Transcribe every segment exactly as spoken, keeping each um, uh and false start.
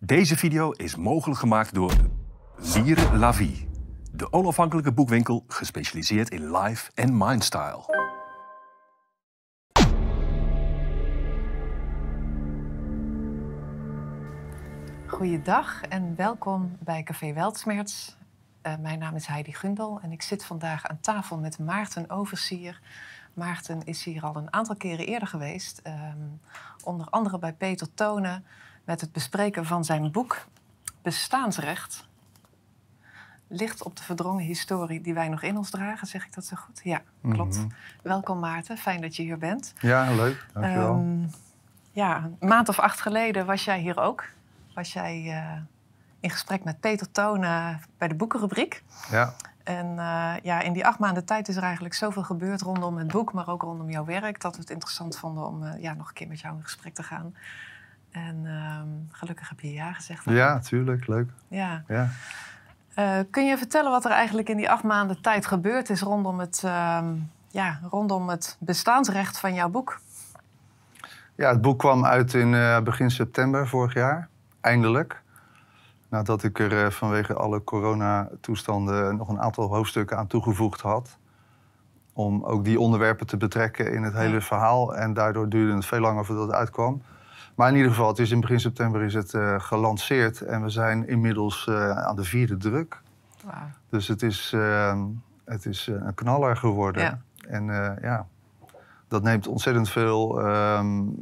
Deze video is mogelijk gemaakt door Lire La Vie, de onafhankelijke boekwinkel gespecialiseerd in life en mindstyle. Goeiedag en welkom bij Café Weltsmerts. Uh, mijn naam is Heidi Gundel en ik zit vandaag aan tafel met Maarten Oversier. Maarten is hier al een aantal keren eerder geweest, um, onder andere bij Peter Tonen, met het bespreken van zijn boek Bestaansrecht. Licht op de verdrongen historie die wij nog in ons dragen, zeg ik dat zo goed? Ja, klopt. Mm-hmm. Welkom Maarten, fijn dat je hier bent. Ja, leuk, dankjewel. Um, ja, een maand of acht geleden was jij hier ook. Was jij uh, in gesprek met Peter Tonen bij de boekenrubriek. Ja. En uh, ja, in die acht maanden tijd is er eigenlijk zoveel gebeurd rondom het boek, maar ook rondom jouw werk, dat we het interessant vonden om uh, ja, nog een keer met jou in gesprek te gaan. En uh, gelukkig heb je ja gezegd. Ja, tuurlijk, leuk. Ja. Ja. Uh, kun je vertellen wat er eigenlijk in die acht maanden tijd gebeurd is rondom het, uh, ja, rondom het bestaansrecht van jouw boek? Ja, het boek kwam uit in uh, begin september vorig jaar, eindelijk. Nadat ik er uh, vanwege alle coronatoestanden nog een aantal hoofdstukken aan toegevoegd had. Om ook die onderwerpen te betrekken in het hele verhaal. En daardoor duurde het veel langer voordat het uitkwam. Maar in ieder geval, het is in begin september is het uh, gelanceerd. En we zijn inmiddels uh, aan de vierde druk. Wow. Dus het is, uh, het is uh, een knaller geworden. Ja. En uh, ja, dat neemt ontzettend veel uh,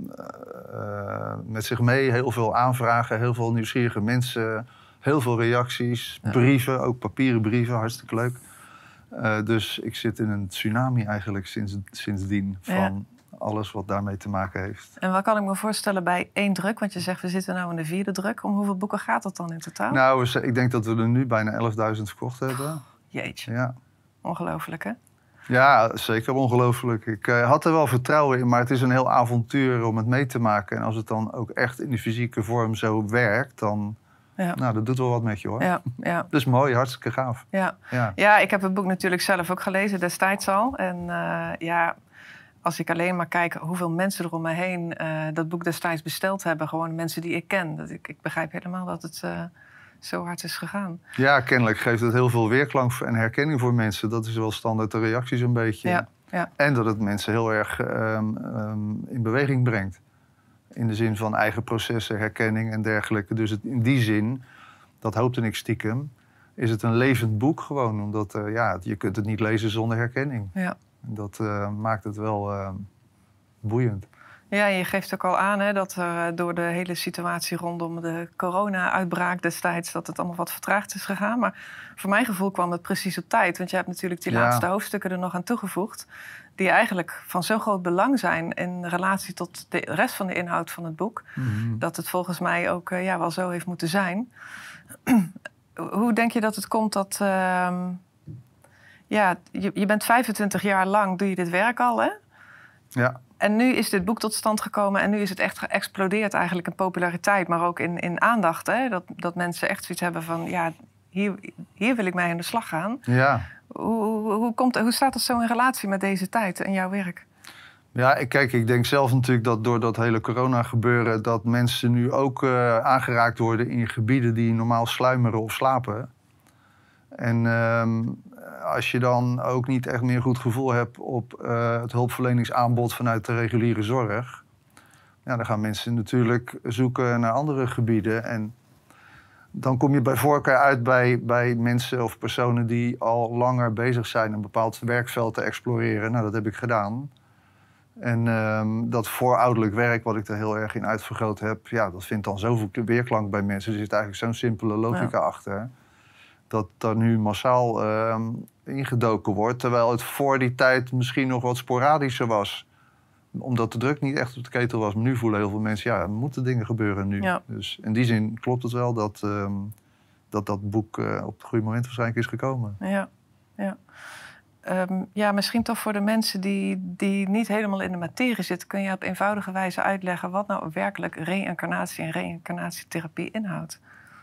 uh, met zich mee. Heel veel aanvragen, heel veel nieuwsgierige mensen. Heel veel reacties, ja. Brieven, ook papieren brieven, hartstikke leuk. Uh, dus ik zit in een tsunami eigenlijk sinds, sindsdien van ja. alles wat daarmee te maken heeft. En wat kan ik me voorstellen bij één druk? Want je zegt, we zitten nu in de vierde druk. Om hoeveel boeken gaat dat dan in totaal? Nou, ik denk dat we er nu bijna elfduizend verkocht hebben. Oh, jeetje. Ja. Ongelooflijk, hè? Ja, zeker ongelooflijk. Ik uh, had er wel vertrouwen in, maar het is een heel avontuur om het mee te maken. En als het dan ook echt in de fysieke vorm zo werkt, dan... Ja. Nou, dat doet wel wat met je, hoor. Ja, ja. Dat is mooi, hartstikke gaaf. Ja. Ja. ja, ik heb het boek natuurlijk zelf ook gelezen, destijds al. En uh, ja, als ik alleen maar kijk hoeveel mensen er om me heen uh, dat boek destijds besteld hebben. Gewoon mensen die ik ken. Dat ik, ik begrijp helemaal dat het uh, zo hard is gegaan. Ja, kennelijk geeft het heel veel weerklank en herkenning voor mensen. Dat is wel standaard de reacties een beetje. Ja. Ja. En dat het mensen heel erg um, um, in beweging brengt. In de zin van eigen processen, herkenning en dergelijke. Dus het, in die zin, dat hoopte ik stiekem, is het een levend boek gewoon. Omdat uh, ja, je kunt het niet lezen zonder herkenning. Ja. En dat uh, maakt het wel uh, boeiend. Ja, je geeft ook al aan hè, dat uh, door de hele situatie rondom de corona-uitbraak destijds... dat het allemaal wat vertraagd is gegaan. Maar voor mijn gevoel kwam het precies op tijd. Want je hebt natuurlijk die ja. laatste hoofdstukken er nog aan toegevoegd... die eigenlijk van zo groot belang zijn in relatie tot de rest van de inhoud van het boek... Mm-hmm. dat het volgens mij ook uh, ja, wel zo heeft moeten zijn. Hoe denk je dat het komt dat... Uh, ja, je, je bent vijfentwintig jaar lang, doe je dit werk al, hè? Ja. En nu is dit boek tot stand gekomen en nu is het echt geëxplodeerd eigenlijk in populariteit... maar ook in, in aandacht, hè? Dat, dat mensen echt zoiets hebben van... ja, hier, hier wil ik mee aan de slag gaan. Ja. Hoe, hoe, hoe, komt, hoe staat dat zo in relatie met deze tijd en jouw werk? Ja, kijk, ik denk zelf natuurlijk dat door dat hele corona-gebeuren... dat mensen nu ook uh, aangeraakt worden in gebieden die normaal sluimeren of slapen. En um, als je dan ook niet echt meer goed gevoel hebt op uh, het hulpverleningsaanbod vanuit de reguliere zorg... Ja, dan gaan mensen natuurlijk zoeken naar andere gebieden... En dan kom je bij voorkeur uit bij, bij mensen of personen die al langer bezig zijn... een bepaald werkveld te exploreren. Nou, dat heb ik gedaan. En um, dat voorouderlijk werk, wat ik er heel erg in uitvergroot heb... ja, dat vindt dan zoveel weerklank bij mensen. Er zit eigenlijk zo'n simpele logica ja. achter... dat er nu massaal um, ingedoken wordt... terwijl het voor die tijd misschien nog wat sporadischer was... omdat de druk niet echt op de ketel was. Maar nu voelen heel veel mensen, ja, er moeten dingen gebeuren nu. Ja. Dus in die zin klopt het wel dat um, dat, dat boek uh, op het goede moment waarschijnlijk is gekomen. Ja, ja. Um, ja, misschien toch voor de mensen die, die niet helemaal in de materie zitten... kun je op eenvoudige wijze uitleggen wat nou werkelijk reïncarnatie en reïncarnatietherapie inhoudt?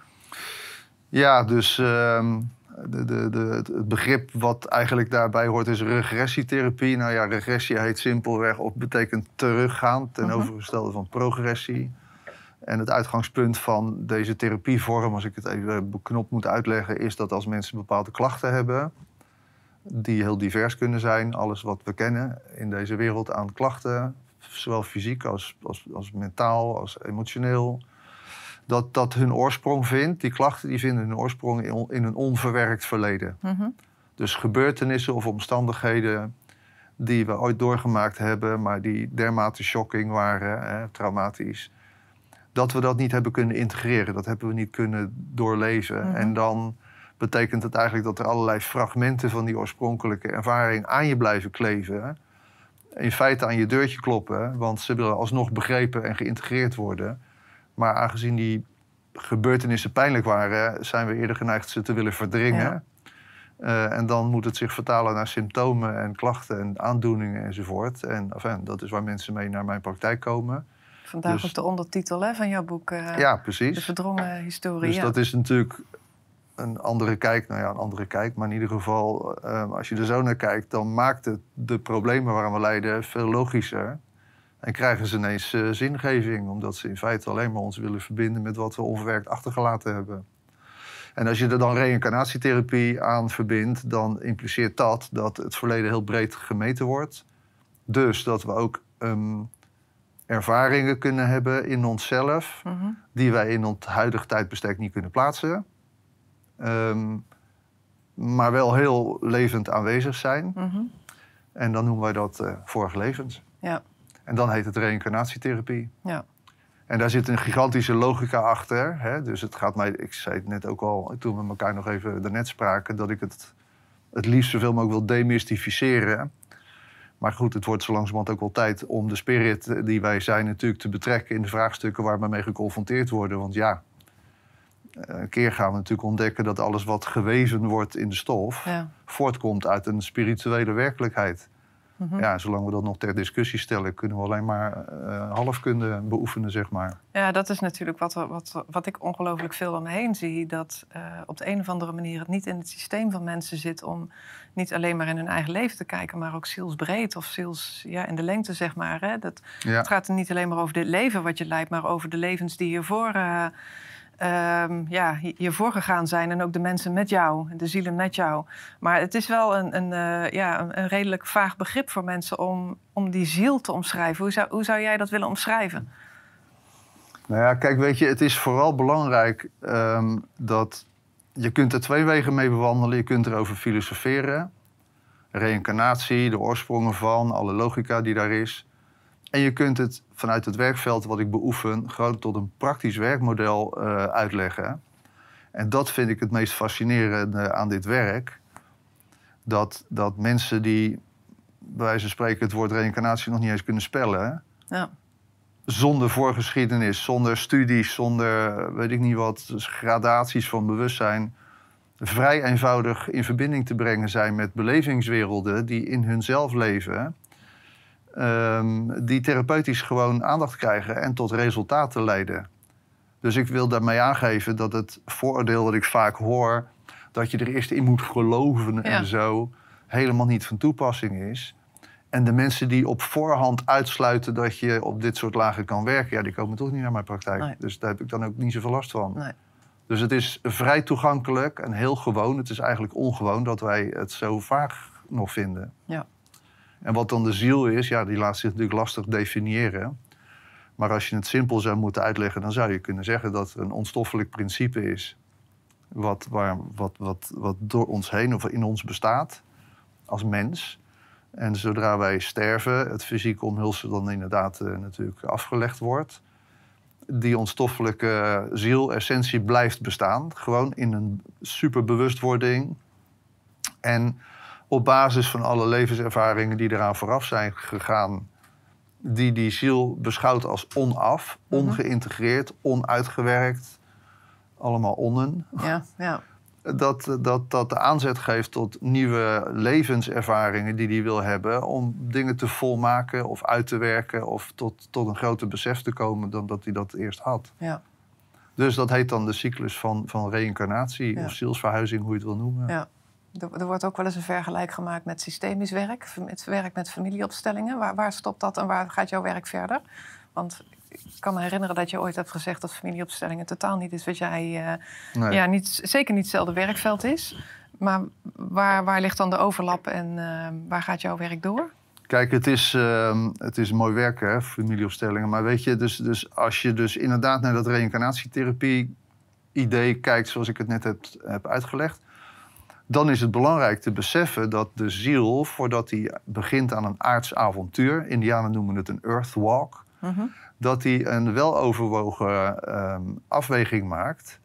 Ja, dus... Um, De, de, de, het begrip wat eigenlijk daarbij hoort is regressietherapie. Nou ja, regressie heet simpelweg op, betekent teruggaan, ten overgestelde van progressie. En het uitgangspunt van deze therapievorm, als ik het even beknopt moet uitleggen, is dat als mensen bepaalde klachten hebben, die heel divers kunnen zijn, alles wat we kennen in deze wereld aan klachten, zowel fysiek als, als, als mentaal, als emotioneel, dat dat hun oorsprong vindt, die klachten die vinden hun oorsprong in, in een onverwerkt verleden. Mm-hmm. Dus gebeurtenissen of omstandigheden die we ooit doorgemaakt hebben, maar die dermate shocking waren, hè, traumatisch, dat we dat niet hebben kunnen integreren. Dat hebben we niet kunnen doorleven. Mm-hmm. En dan betekent het eigenlijk dat er allerlei fragmenten van die oorspronkelijke ervaring aan je blijven kleven. In feite aan je deurtje kloppen, want ze willen alsnog begrepen en geïntegreerd worden. Maar aangezien die gebeurtenissen pijnlijk waren, zijn we eerder geneigd ze te willen verdringen. Ja. Uh, en dan moet het zich vertalen naar symptomen en klachten en aandoeningen enzovoort. En enfin, dat is waar mensen mee naar mijn praktijk komen. Vandaar dus ook de ondertitel, hè, van jouw boek. Uh, ja, precies. De verdrongen historie. Dus ja. dat is natuurlijk een andere kijk. Nou ja, een andere kijk. Maar in ieder geval, uh, als je er zo naar kijkt, dan maakt het de problemen waaraan we lijden veel logischer. En krijgen ze ineens uh, zingeving. Omdat ze in feite alleen maar ons willen verbinden met wat we onverwerkt achtergelaten hebben. En als je er dan reïncarnatietherapie aan verbindt, dan impliceert dat dat het verleden heel breed gemeten wordt. Dus dat we ook um, ervaringen kunnen hebben in onszelf, mm-hmm. die wij in ons huidige tijdbestek niet kunnen plaatsen. Um, maar wel heel levend aanwezig zijn. Mm-hmm. En dan noemen wij dat uh, vorige levens. Ja. En dan heet het reïncarnatietherapie. Ja. En daar zit een gigantische logica achter. Hè? Dus het gaat mij, ik zei het net ook al, toen we elkaar nog even daarnet spraken, dat ik het het liefst zoveel mogelijk wil demystificeren. Maar goed, het wordt zo langzamerhand ook wel tijd om de spirit die wij zijn natuurlijk te betrekken in de vraagstukken waar we mee geconfronteerd worden. Want ja, een keer gaan we natuurlijk ontdekken dat alles wat geweven wordt in de stof, ja, voortkomt uit een spirituele werkelijkheid. Mm-hmm. Ja, zolang we dat nog ter discussie stellen, kunnen we alleen maar uh, halfkunde beoefenen, zeg maar. Ja, dat is natuurlijk wat, wat, wat ik ongelooflijk veel om me heen zie. Dat uh, op de een of andere manier het niet in het systeem van mensen zit om niet alleen maar in hun eigen leven te kijken, maar ook zielsbreed of ziels, ja, in de lengte, zeg maar. Hè. Dat, ja. Het gaat er niet alleen maar over dit leven wat je leidt, maar over de levens die hiervoor uh, Um, ja, hiervoor gegaan zijn en ook de mensen met jou, de zielen met jou. Maar het is wel een, een, uh, ja, een, een redelijk vaag begrip voor mensen om, om die ziel te omschrijven. Hoe zou, hoe zou jij dat willen omschrijven? Nou ja, kijk, weet je, het is vooral belangrijk um, dat je kunt er twee wegen mee bewandelen. Je kunt erover filosoferen. Reïncarnatie, de oorsprongen van, alle logica die daar is. En je kunt het vanuit het werkveld wat ik beoefen gewoon tot een praktisch werkmodel uh, uitleggen. En dat vind ik het meest fascinerende aan dit werk. Dat, dat mensen die, bij wijze van spreken, het woord reïncarnatie nog niet eens kunnen spellen. Ja. Zonder voorgeschiedenis, zonder studies, zonder weet ik niet wat, gradaties van bewustzijn, vrij eenvoudig in verbinding te brengen zijn met belevingswerelden die in hunzelf leven. Um, die therapeutisch gewoon aandacht krijgen en tot resultaten leiden. Dus ik wil daarmee aangeven dat het vooroordeel dat ik vaak hoor, dat je er eerst in moet geloven ja. en zo, helemaal niet van toepassing is. En de mensen die op voorhand uitsluiten dat je op dit soort lagen kan werken, ja, die komen toch niet naar mijn praktijk. Nee. Dus daar heb ik dan ook niet zoveel last van. Nee. Dus het is vrij toegankelijk en heel gewoon. Het is eigenlijk ongewoon dat wij het zo vaag nog vinden. Ja. En wat dan de ziel is, ja, die laat zich natuurlijk lastig definiëren. Maar als je het simpel zou moeten uitleggen, dan zou je kunnen zeggen dat er een onstoffelijk principe is. Wat, waar, wat, wat, wat door ons heen of in ons bestaat als mens. En zodra wij sterven, het fysieke omhulsel dan inderdaad uh, natuurlijk afgelegd wordt. Die onstoffelijke ziel, essentie, blijft bestaan. Gewoon in een superbewustwording. En op basis van alle levenservaringen die eraan vooraf zijn gegaan, die die ziel beschouwt als onaf, mm-hmm. ongeïntegreerd, onuitgewerkt, allemaal onnen. Ja, ja. Dat, dat, dat de aanzet geeft tot nieuwe levenservaringen die hij wil hebben, om dingen te volmaken of uit te werken of tot, tot een groter besef te komen dan dat hij dat eerst had. Ja. Dus dat heet dan de cyclus van, van reïncarnatie, ja. of zielsverhuizing, hoe je het wil noemen. Ja. Er, er wordt ook wel eens een vergelijk gemaakt met systemisch werk, het werk met familieopstellingen. Waar, waar stopt dat en waar gaat jouw werk verder? Want ik kan me herinneren dat je ooit hebt gezegd dat familieopstellingen totaal niet is wat jij... Uh, nee. ja, niet, zeker niet hetzelfde werkveld is. Maar waar, waar ligt dan de overlap en uh, waar gaat jouw werk door? Kijk, het is, uh, het is mooi werk, hè, familieopstellingen. Maar weet je, dus, dus als je dus inderdaad naar dat reïncarnatietherapie-idee kijkt, zoals ik het net heb, heb uitgelegd, dan is het belangrijk te beseffen dat de ziel, voordat hij begint aan een aards avontuur, Indianen noemen het een earth walk, mm-hmm. dat hij een weloverwogen uh, afweging maakt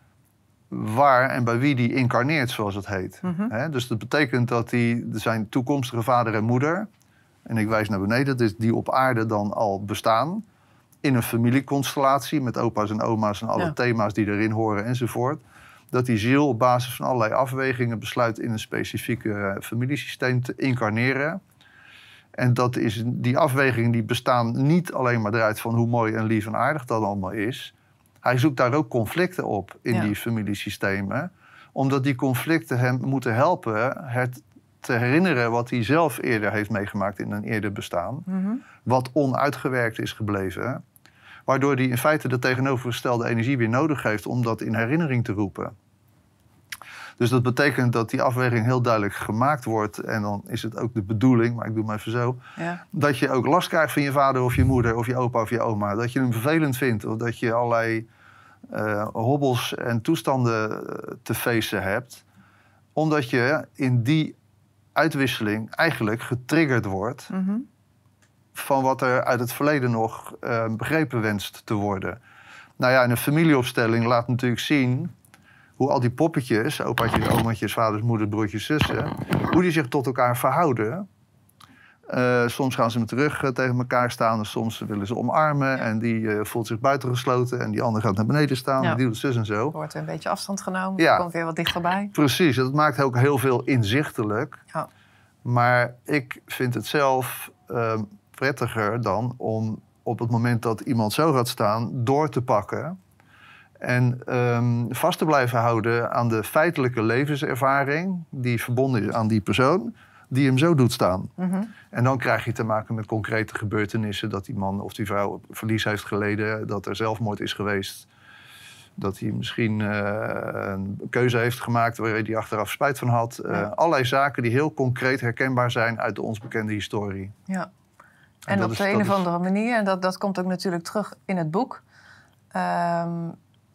waar en bij wie die incarneert, zoals het heet. Mm-hmm. He, dus dat betekent dat hij zijn toekomstige vader en moeder, en ik wijs naar beneden, dus die op aarde dan al bestaan, in een familieconstellatie met opa's en oma's en alle ja. thema's die erin horen enzovoort, dat die ziel op basis van allerlei afwegingen besluit in een specifieke uh, familiesysteem te incarneren. En dat is, die afwegingen die bestaan niet alleen maar eruit van hoe mooi en lief en aardig dat allemaal is. Hij zoekt daar ook conflicten op in ja. die familiesystemen. Omdat die conflicten hem moeten helpen het te herinneren wat hij zelf eerder heeft meegemaakt in een eerder bestaan. Mm-hmm. Wat onuitgewerkt is gebleven. Waardoor hij in feite de tegenovergestelde energie weer nodig heeft om dat in herinnering te roepen. Dus dat betekent dat die afweging heel duidelijk gemaakt wordt. En dan is het ook de bedoeling, maar ik doe het maar even zo. Ja. Dat je ook last krijgt van je vader of je moeder of je opa of je oma. Dat je hem vervelend vindt of dat je allerlei uh, hobbels en toestanden te facen hebt. Omdat je in die uitwisseling eigenlijk getriggerd wordt. Mm-hmm. Van wat er uit het verleden nog uh, begrepen wenst te worden. Nou ja, en een familieopstelling laat natuurlijk zien hoe al die poppetjes, opaatjes, omaatjes, vaders, moeders, broertjes, zussen, hoe die zich tot elkaar verhouden. Uh, soms gaan ze met de rug uh, tegen elkaar staan, en soms willen ze omarmen. Ja. En die uh, voelt zich buitengesloten en die ander gaat naar beneden staan. Ja. En die doet zus en zo. Er wordt een beetje afstand genomen, ja. komt weer wat dichterbij. Precies, dat maakt ook heel veel inzichtelijk. Ja. Maar ik vind het zelf uh, prettiger dan om op het moment dat iemand zo gaat staan door te pakken en um, vast te blijven houden aan de feitelijke levenservaring die verbonden is aan die persoon, die hem zo doet staan. Mm-hmm. En dan krijg je te maken met concrete gebeurtenissen, dat die man of die vrouw verlies heeft geleden, dat er zelfmoord is geweest, dat hij misschien uh, een keuze heeft gemaakt waar hij achteraf spijt van had. Ja. Uh, allerlei zaken die heel concreet herkenbaar zijn uit de ons bekende historie. Ja. En, en op is, de een of andere is... manier, en dat, dat komt ook natuurlijk terug in het boek. Um,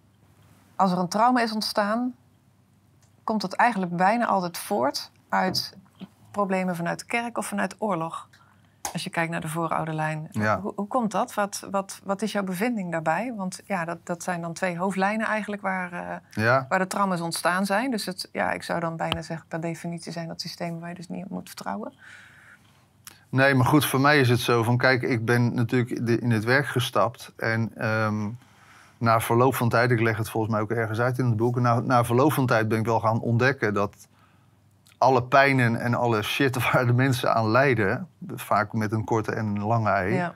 als er een trauma is ontstaan, komt het eigenlijk bijna altijd voort uit problemen vanuit de kerk of vanuit oorlog. Als je kijkt naar de vooroude lijn. Ja. Hoe, hoe komt dat? Wat, wat, wat is jouw bevinding daarbij? Want ja, dat, dat zijn dan twee hoofdlijnen eigenlijk waar, uh, ja. waar de trauma's ontstaan zijn. Dus het, ja, ik zou dan bijna zeggen, per definitie zijn dat systemen waar je dus niet op moet vertrouwen. Nee, maar goed, voor mij is het zo van, kijk, ik ben natuurlijk in het werk gestapt. En um, na verloop van tijd, ik leg het volgens mij ook ergens uit in het boek. Na, na verloop van tijd ben ik wel gaan ontdekken dat alle pijnen en alle shit waar de mensen aan lijden, vaak met een korte en een lange ei, ja.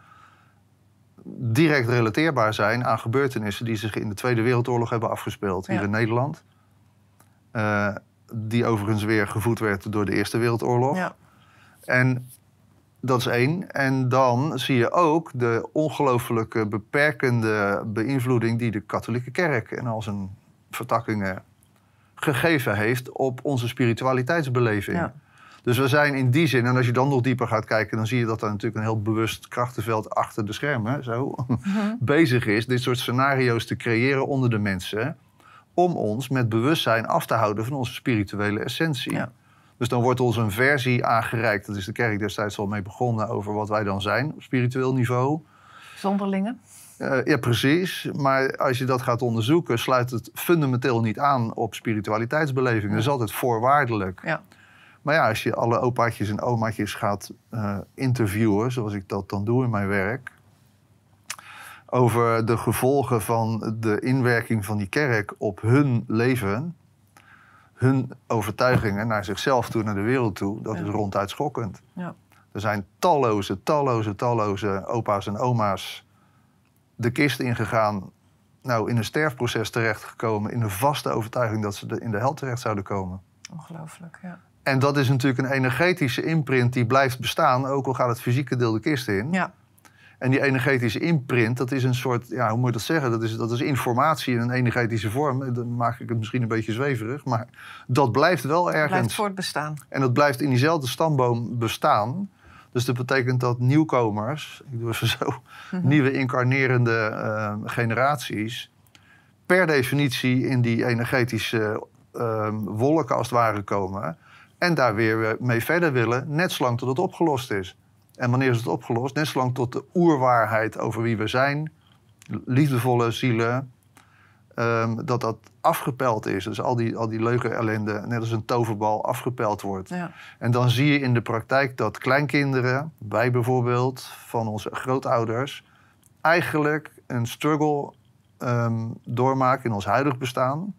direct relateerbaar zijn aan gebeurtenissen die zich in de Tweede Wereldoorlog hebben afgespeeld, hier ja. in Nederland. Uh, die overigens weer gevoed werd door de Eerste Wereldoorlog. Ja. En dat is één. En dan zie je ook de ongelooflijke beperkende beïnvloeding die de katholieke kerk en al zijn vertakkingen gegeven heeft op onze spiritualiteitsbeleving. Ja. Dus we zijn in die zin, en als je dan nog dieper gaat kijken, dan zie je dat er natuurlijk een heel bewust krachtenveld achter de schermen zo mm-hmm. bezig is dit soort scenario's te creëren onder de mensen, om ons met bewustzijn af te houden van onze spirituele essentie. Ja. Dus dan wordt ons een versie aangereikt, dat is de kerk destijds al mee begonnen, over wat wij dan zijn op spiritueel niveau. Zonderlingen. Uh, ja, precies. Maar als je dat gaat onderzoeken, sluit het fundamenteel niet aan op spiritualiteitsbeleving. Ja. Dat is altijd voorwaardelijk. Ja. Maar ja, als je alle opaatjes en omaatjes gaat uh, interviewen, zoals ik dat dan doe in mijn werk, over de gevolgen van de inwerking van die kerk op hun leven, hun overtuigingen naar zichzelf toe, naar de wereld toe, dat ja. is ronduit schokkend. Ja. Er zijn talloze, talloze, talloze opa's en oma's de kist ingegaan, nou in een sterfproces terechtgekomen, in de vaste overtuiging dat ze in de hel terecht zouden komen. Ongelooflijk, ja. En dat is natuurlijk een energetische imprint die blijft bestaan, ook al gaat het fysieke deel de kist in. Ja. En die energetische imprint, dat is een soort, ja, hoe moet je dat zeggen? Dat is, dat is informatie in een energetische vorm. Dan maak ik het misschien een beetje zweverig, maar dat blijft wel ergens. Blijft voortbestaan. En dat blijft in diezelfde stamboom bestaan. Dus dat betekent dat nieuwkomers, ik doe even zo, mm-hmm. nieuwe incarnerende uh, generaties, per definitie in die energetische uh, wolken als het ware komen. En daar weer mee verder willen, net zolang tot het opgelost is. En wanneer is het opgelost? Net zolang tot de oerwaarheid over wie we zijn, liefdevolle zielen, um, dat dat afgepeld is. Dus al die, al die leugen ellende, net als een toverbal, afgepeld wordt. Ja. En dan zie je in de praktijk dat kleinkinderen, wij bijvoorbeeld, van onze grootouders, eigenlijk een struggle um, doormaken in ons huidig bestaan.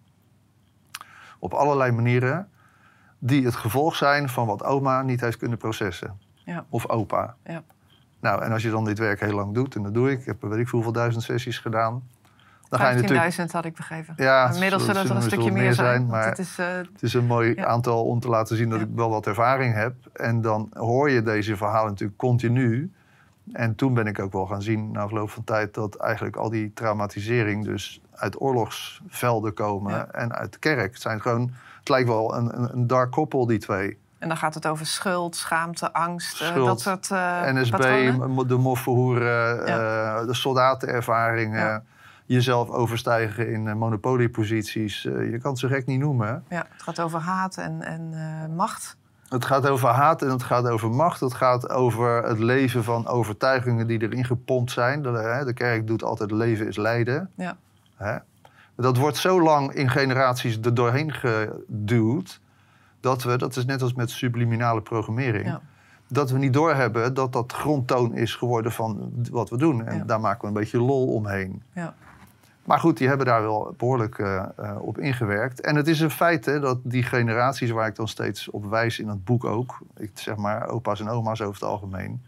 Op allerlei manieren, die het gevolg zijn van wat oma niet heeft kunnen processen. Ja. Of opa. Ja. Nou, en als je dan dit werk heel lang doet, en dat doe ik, ik heb weet ik hoeveel duizend sessies gedaan. Dan ga je natuurlijk. vijftienduizend had ik begrepen. Ja, inmiddels zullen het er een stukje meer zijn. zijn maar het, is, uh... het is een mooi ja. aantal om te laten zien dat ja. ik wel wat ervaring heb. En dan hoor je deze verhalen natuurlijk continu. En toen ben ik ook wel gaan zien, na verloop van tijd, dat eigenlijk al die traumatisering dus uit oorlogsvelden komen ja. en uit de kerk. Het zijn gewoon, het lijkt wel een, een, een dark koppel, die twee. En dan gaat het over schuld, schaamte, angst, schuld, uh, dat soort uh, N S B, patronen. De moffenhoeren, ja. uh, de soldatenervaringen. Ja. Jezelf overstijgen in uh, monopolieposities. Uh, je kan het zo gek niet noemen. Ja, het gaat over haat en, en uh, macht. Het gaat over haat en het gaat over macht. Het gaat over het leven van overtuigingen die erin gepompt zijn. De, hè, de kerk doet altijd leven is lijden. Ja. Hè? Dat wordt zo lang in generaties er doorheen geduwd, dat we, dat is net als met subliminale programmering, ja. dat we niet doorhebben dat dat grondtoon is geworden van wat we doen. En ja. daar maken we een beetje lol omheen. Ja. Maar goed, die hebben daar wel behoorlijk uh, uh, op ingewerkt. En het is een feit hè, dat die generaties waar ik dan steeds op wijs in het boek ook, ik zeg maar opa's en oma's over het algemeen,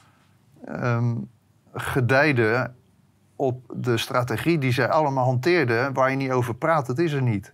um, gedijden op de strategie die zij allemaal hanteerden, waar je niet over praat, dat is er niet.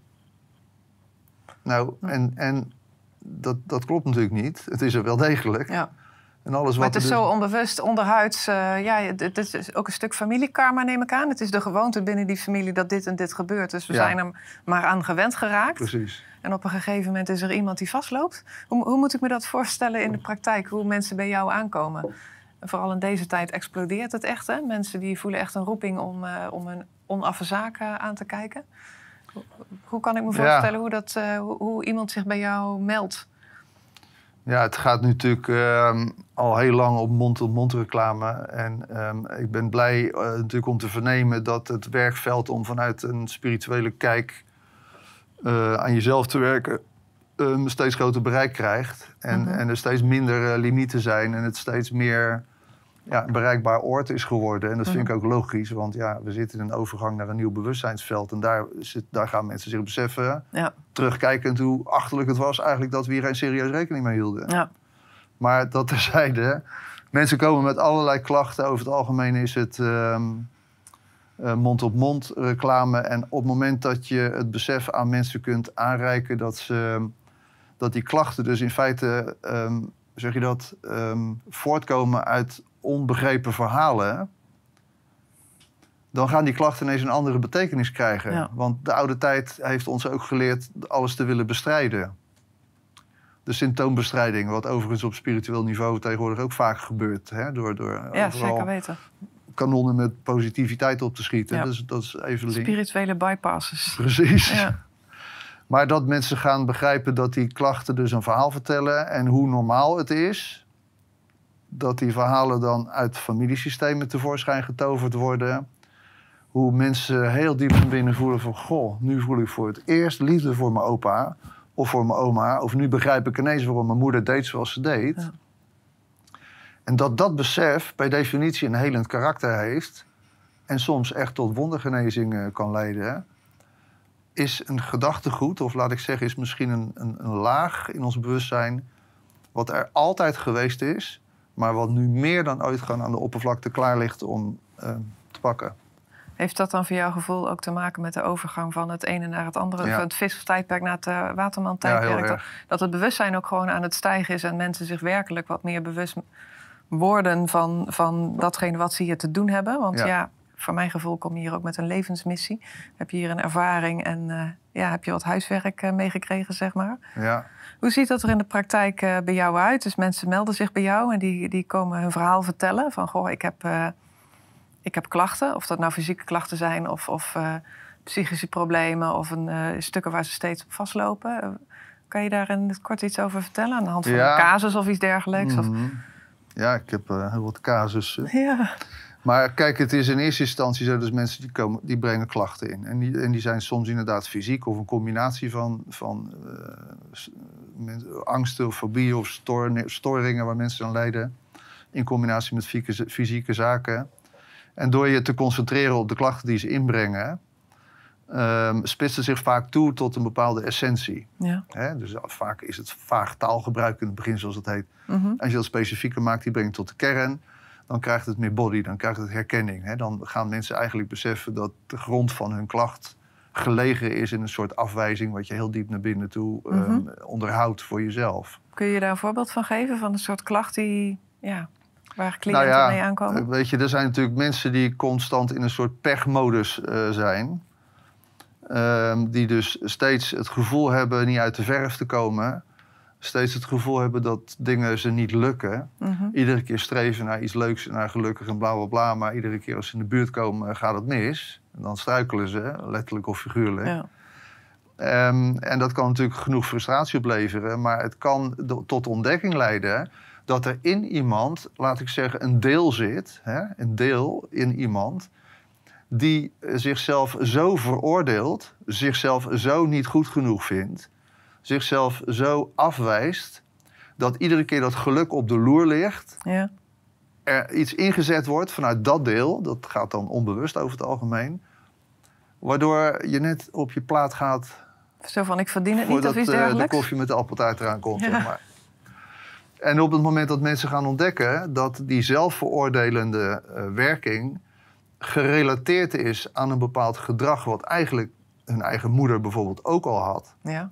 Nou, en, en dat, dat klopt natuurlijk niet. Het is er wel degelijk. Ja. En alles maar wat het is dus... zo onbewust, onderhuids. Uh, ja, het is ook een stuk familiekarma, neem ik aan. Het is de gewoonte binnen die familie dat dit en dit gebeurt. Dus we ja. zijn er maar aan gewend geraakt. Precies. En op een gegeven moment is er iemand die vastloopt. Hoe, hoe moet ik me dat voorstellen in de praktijk? Hoe mensen bij jou aankomen? En vooral in deze tijd explodeert het echt. Hè? Mensen die voelen echt een roeping om, uh, om een onaffe zaak uh, aan te kijken. Hoe, hoe kan ik me voorstellen ja. hoe, dat, uh, hoe, hoe iemand zich bij jou meldt? Ja, het gaat nu natuurlijk uh, al heel lang op mond-tot-mond reclame. En um, ik ben blij uh, natuurlijk om te vernemen dat het werkveld om vanuit een spirituele kijk uh, aan jezelf te werken een steeds groter bereik krijgt. En, mm-hmm. en er steeds minder uh, limieten zijn en het steeds meer ja, een bereikbaar oord is geworden. En dat vind mm-hmm. ik ook logisch, want ja, we zitten in een overgang naar een nieuw bewustzijnsveld. En daar, zit, daar gaan mensen zich beseffen, ja. terugkijkend hoe achterlijk het was eigenlijk dat we hier geen serieus rekening mee hielden. Ja. Maar dat terzijde, mensen komen met allerlei klachten. Over het algemeen is het um, uh, mond-op-mond reclame. En op het moment dat je het besef aan mensen kunt aanreiken dat, ze, dat die klachten dus in feite, um, zeg je dat, um, voortkomen uit onbegrepen verhalen, dan gaan die klachten ineens een andere betekenis krijgen. Ja. Want de oude tijd heeft ons ook geleerd alles te willen bestrijden. De symptoombestrijding, wat overigens op spiritueel niveau tegenwoordig ook vaak gebeurt. Hè, door, door ja, zeker weten. Kanonnen met positiviteit op te schieten. Ja. Dus, dat is even spirituele bypasses. Precies. Ja. Maar dat mensen gaan begrijpen dat die klachten dus een verhaal vertellen en hoe normaal het is dat die verhalen dan uit familiesystemen tevoorschijn getoverd worden. Hoe mensen heel diep van binnen voelen van, goh, nu voel ik voor het eerst liefde voor mijn opa of voor mijn oma. Of nu begrijp ik ineens waarom mijn moeder deed zoals ze deed. Ja. En dat dat besef bij definitie een helend karakter heeft en soms echt tot wondergenezing kan leiden, is een gedachtegoed, of laat ik zeggen, is misschien een, een, een laag in ons bewustzijn wat er altijd geweest is, maar wat nu meer dan ooit gewoon aan de oppervlakte klaar ligt om uh, te pakken. Heeft dat dan voor jouw gevoel ook te maken met de overgang van het ene naar het andere? Ja. Van het visterstijdperk naar het uh, waterman-tijdperk? Ja, dat, dat het bewustzijn ook gewoon aan het stijgen is en mensen zich werkelijk wat meer bewust woorden van, van datgene wat ze hier te doen hebben. Want ja. Ja. voor mijn gevoel kom je hier ook met een levensmissie. Heb je hier een ervaring en uh, ja, heb je wat huiswerk uh, meegekregen, zeg maar. Ja. Hoe ziet dat er in de praktijk uh, bij jou uit? Dus mensen melden zich bij jou en die, die komen hun verhaal vertellen. Van, goh, ik heb, uh, ik heb klachten. Of dat nou fysieke klachten zijn of, of uh, psychische problemen... of een, uh, stukken waar ze steeds op vastlopen. Uh, kan je daar in het kort iets over vertellen? Aan de hand van Ja. een casus of iets dergelijks? Mm-hmm. Of... Ja, ik heb uh, heel wat casussen. Ja. Maar kijk, het is in eerste instantie zo... dus mensen die, komen, die brengen klachten in. En die, en die zijn soms inderdaad fysiek... of een combinatie van, van uh, angsten of fobieën of stoor, storingen... waar mensen aan lijden. In combinatie met fysieke, fysieke zaken. En door je te concentreren op de klachten die ze inbrengen... Um, spitst het zich vaak toe tot een bepaalde essentie. Ja. He, dus vaak is het vaag taalgebruik in het begin, zoals het heet. Mm-hmm. Als je dat specifieker maakt, die brengt tot de kern... dan krijgt het meer body, dan krijgt het herkenning. He, dan gaan mensen eigenlijk beseffen dat de grond van hun klacht... gelegen is in een soort afwijzing... wat je heel diep naar binnen toe um, mm-hmm. onderhoudt voor jezelf. Kun je daar een voorbeeld van geven? Van een soort klacht die... Ja, waar cliënten nou ja, mee aankomen? Weet je, er zijn natuurlijk mensen die constant in een soort pechmodus uh, zijn... Um, die dus steeds het gevoel hebben niet uit de verf te komen. Steeds het gevoel hebben dat dingen ze niet lukken. Mm-hmm. Iedere keer streven naar iets leuks, naar gelukkig en bla bla bla. Maar iedere keer als ze in de buurt komen gaat het mis. En dan struikelen ze, letterlijk of figuurlijk. Ja. Um, en dat kan natuurlijk genoeg frustratie opleveren. Maar het kan do- tot ontdekking leiden dat er in iemand, laat ik zeggen, een deel zit. Hè, een deel in iemand... die zichzelf zo veroordeelt, zichzelf zo niet goed genoeg vindt... zichzelf zo afwijst... dat iedere keer dat geluk op de loer ligt... Ja. er iets ingezet wordt vanuit dat deel... dat gaat dan onbewust over het algemeen... waardoor je net op je plaat gaat... Zo van, ik verdien het niet of iets uh, dergelijks? de koffie met de appeltaart eraan komt, Ja. zeg maar. En op het moment dat mensen gaan ontdekken... dat die zelfveroordelende uh, werking... gerelateerd is aan een bepaald gedrag... wat eigenlijk hun eigen moeder bijvoorbeeld ook al had. Ja.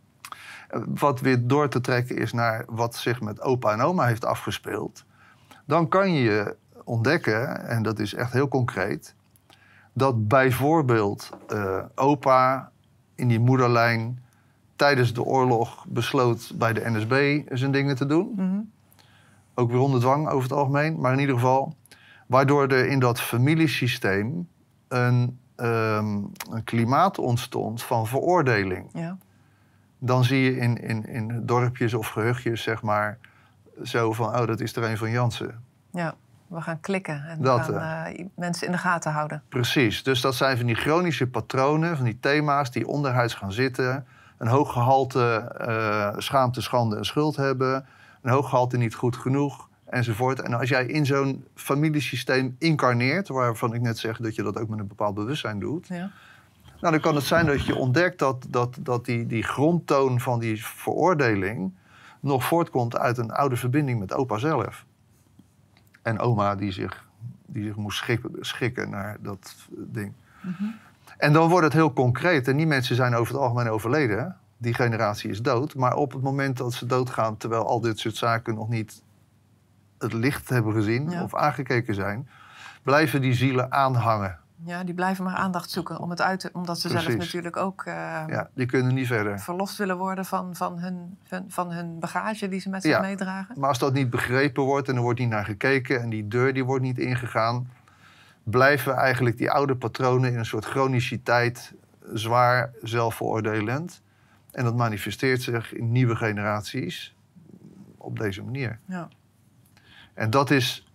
Wat weer door te trekken is naar wat zich met opa en oma heeft afgespeeld. Dan kan je ontdekken, en dat is echt heel concreet... dat bijvoorbeeld uh, opa in die moederlijn... tijdens de oorlog besloot bij de N S B zijn dingen te doen. Mm-hmm. Ook weer onder dwang over het algemeen, maar in ieder geval... waardoor er in dat familiesysteem een, um, een klimaat ontstond van veroordeling. Ja. Dan zie je in, in, in dorpjes of gehuchtjes, zeg maar, zo van... oh, dat is er een van Jansen. Ja, we gaan klikken en Dat, we gaan uh, mensen in de gaten houden. Precies, dus dat zijn van die chronische patronen, van die thema's... die onderhuids gaan zitten, een hoog gehalte uh, schaamte, schande en schuld hebben... een hoog gehalte niet goed genoeg... enzovoort. En als jij in zo'n familiesysteem incarneert... waarvan ik net zeg dat je dat ook met een bepaald bewustzijn doet... Ja. nou, dan kan het zijn dat je ontdekt dat, dat, dat die, die grondtoon van die veroordeling... nog voortkomt uit een oude verbinding met opa zelf. En oma die zich, die zich moest schikken, schikken naar dat ding. Mm-hmm. En dan wordt het heel concreet. En die mensen zijn over het algemeen overleden. Die generatie is dood. Maar op het moment dat ze doodgaan... terwijl al dit soort zaken nog niet... het licht hebben gezien ja. of aangekeken zijn... blijven die zielen aanhangen. Ja, die blijven maar aandacht zoeken om het uit te, omdat ze Precies. zelf natuurlijk ook uh, Ja, die kunnen niet verder. verlost willen worden van, van, hun, van, van hun bagage die ze met zich Ja. meedragen. Maar als dat niet begrepen wordt en er wordt niet naar gekeken... en die deur die wordt niet ingegaan... blijven eigenlijk die oude patronen in een soort chroniciteit... zwaar zelfveroordelend. En dat manifesteert zich in nieuwe generaties op deze manier. Ja. En dat is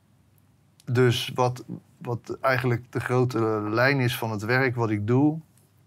dus wat, wat eigenlijk de grote lijn is van het werk wat ik doe...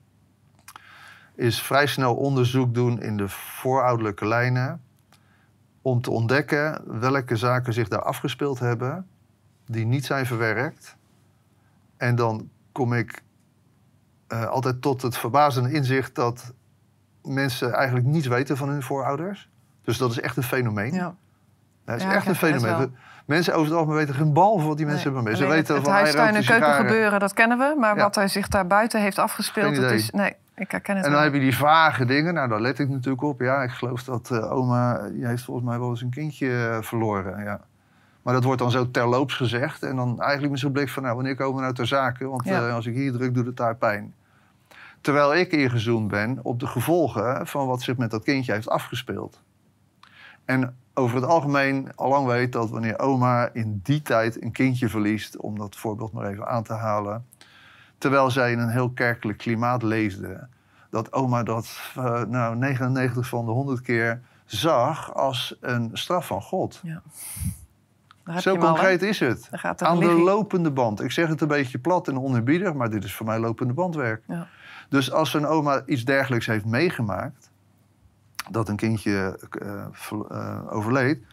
is vrij snel onderzoek doen in de voorouderlijke lijnen... om te ontdekken welke zaken zich daar afgespeeld hebben... die niet zijn verwerkt. En dan kom ik uh, altijd tot het verbazende inzicht... dat mensen eigenlijk niets weten van hun voorouders. Dus dat is echt een fenomeen. Ja. Dat is Ja, echt een fenomeen. Mensen over het algemeen weten geen bal van wat die mensen Nee. hebben mee. Ze Alleen weten het, van het huistuin- en erotische garen. keukengebeuren, dat kennen we. Maar Ja. wat er zich daar buiten heeft afgespeeld, Geen dat idee. is... Nee, ik herken het En dan wel. heb je die vage dingen. Nou, daar let ik natuurlijk op. Ja, ik geloof dat uh, oma... die heeft volgens mij wel eens een kindje uh, verloren. Ja. Maar dat wordt dan zo terloops gezegd. En dan eigenlijk met zo'n blik van, nou, wanneer komen we nou ter zake? Want ja. uh, als ik hier druk, doet het daar pijn. Terwijl ik ingezoomd ben op de gevolgen van wat zich met dat kindje heeft afgespeeld. En over het algemeen allang weet dat wanneer oma in die tijd een kindje verliest, om dat voorbeeld maar even aan te halen, terwijl zij in een heel kerkelijk klimaat leefde, dat oma dat uh, nou, negenennegentig van de honderd keer zag als een straf van God. Ja. Zo concreet al, is het. Aan de lopende band. Ik zeg het een beetje plat en oneerbiedig, maar dit is voor mij lopende bandwerk. Ja. Dus als een oma iets dergelijks heeft meegemaakt, dat een kindje uh, uh, overleed,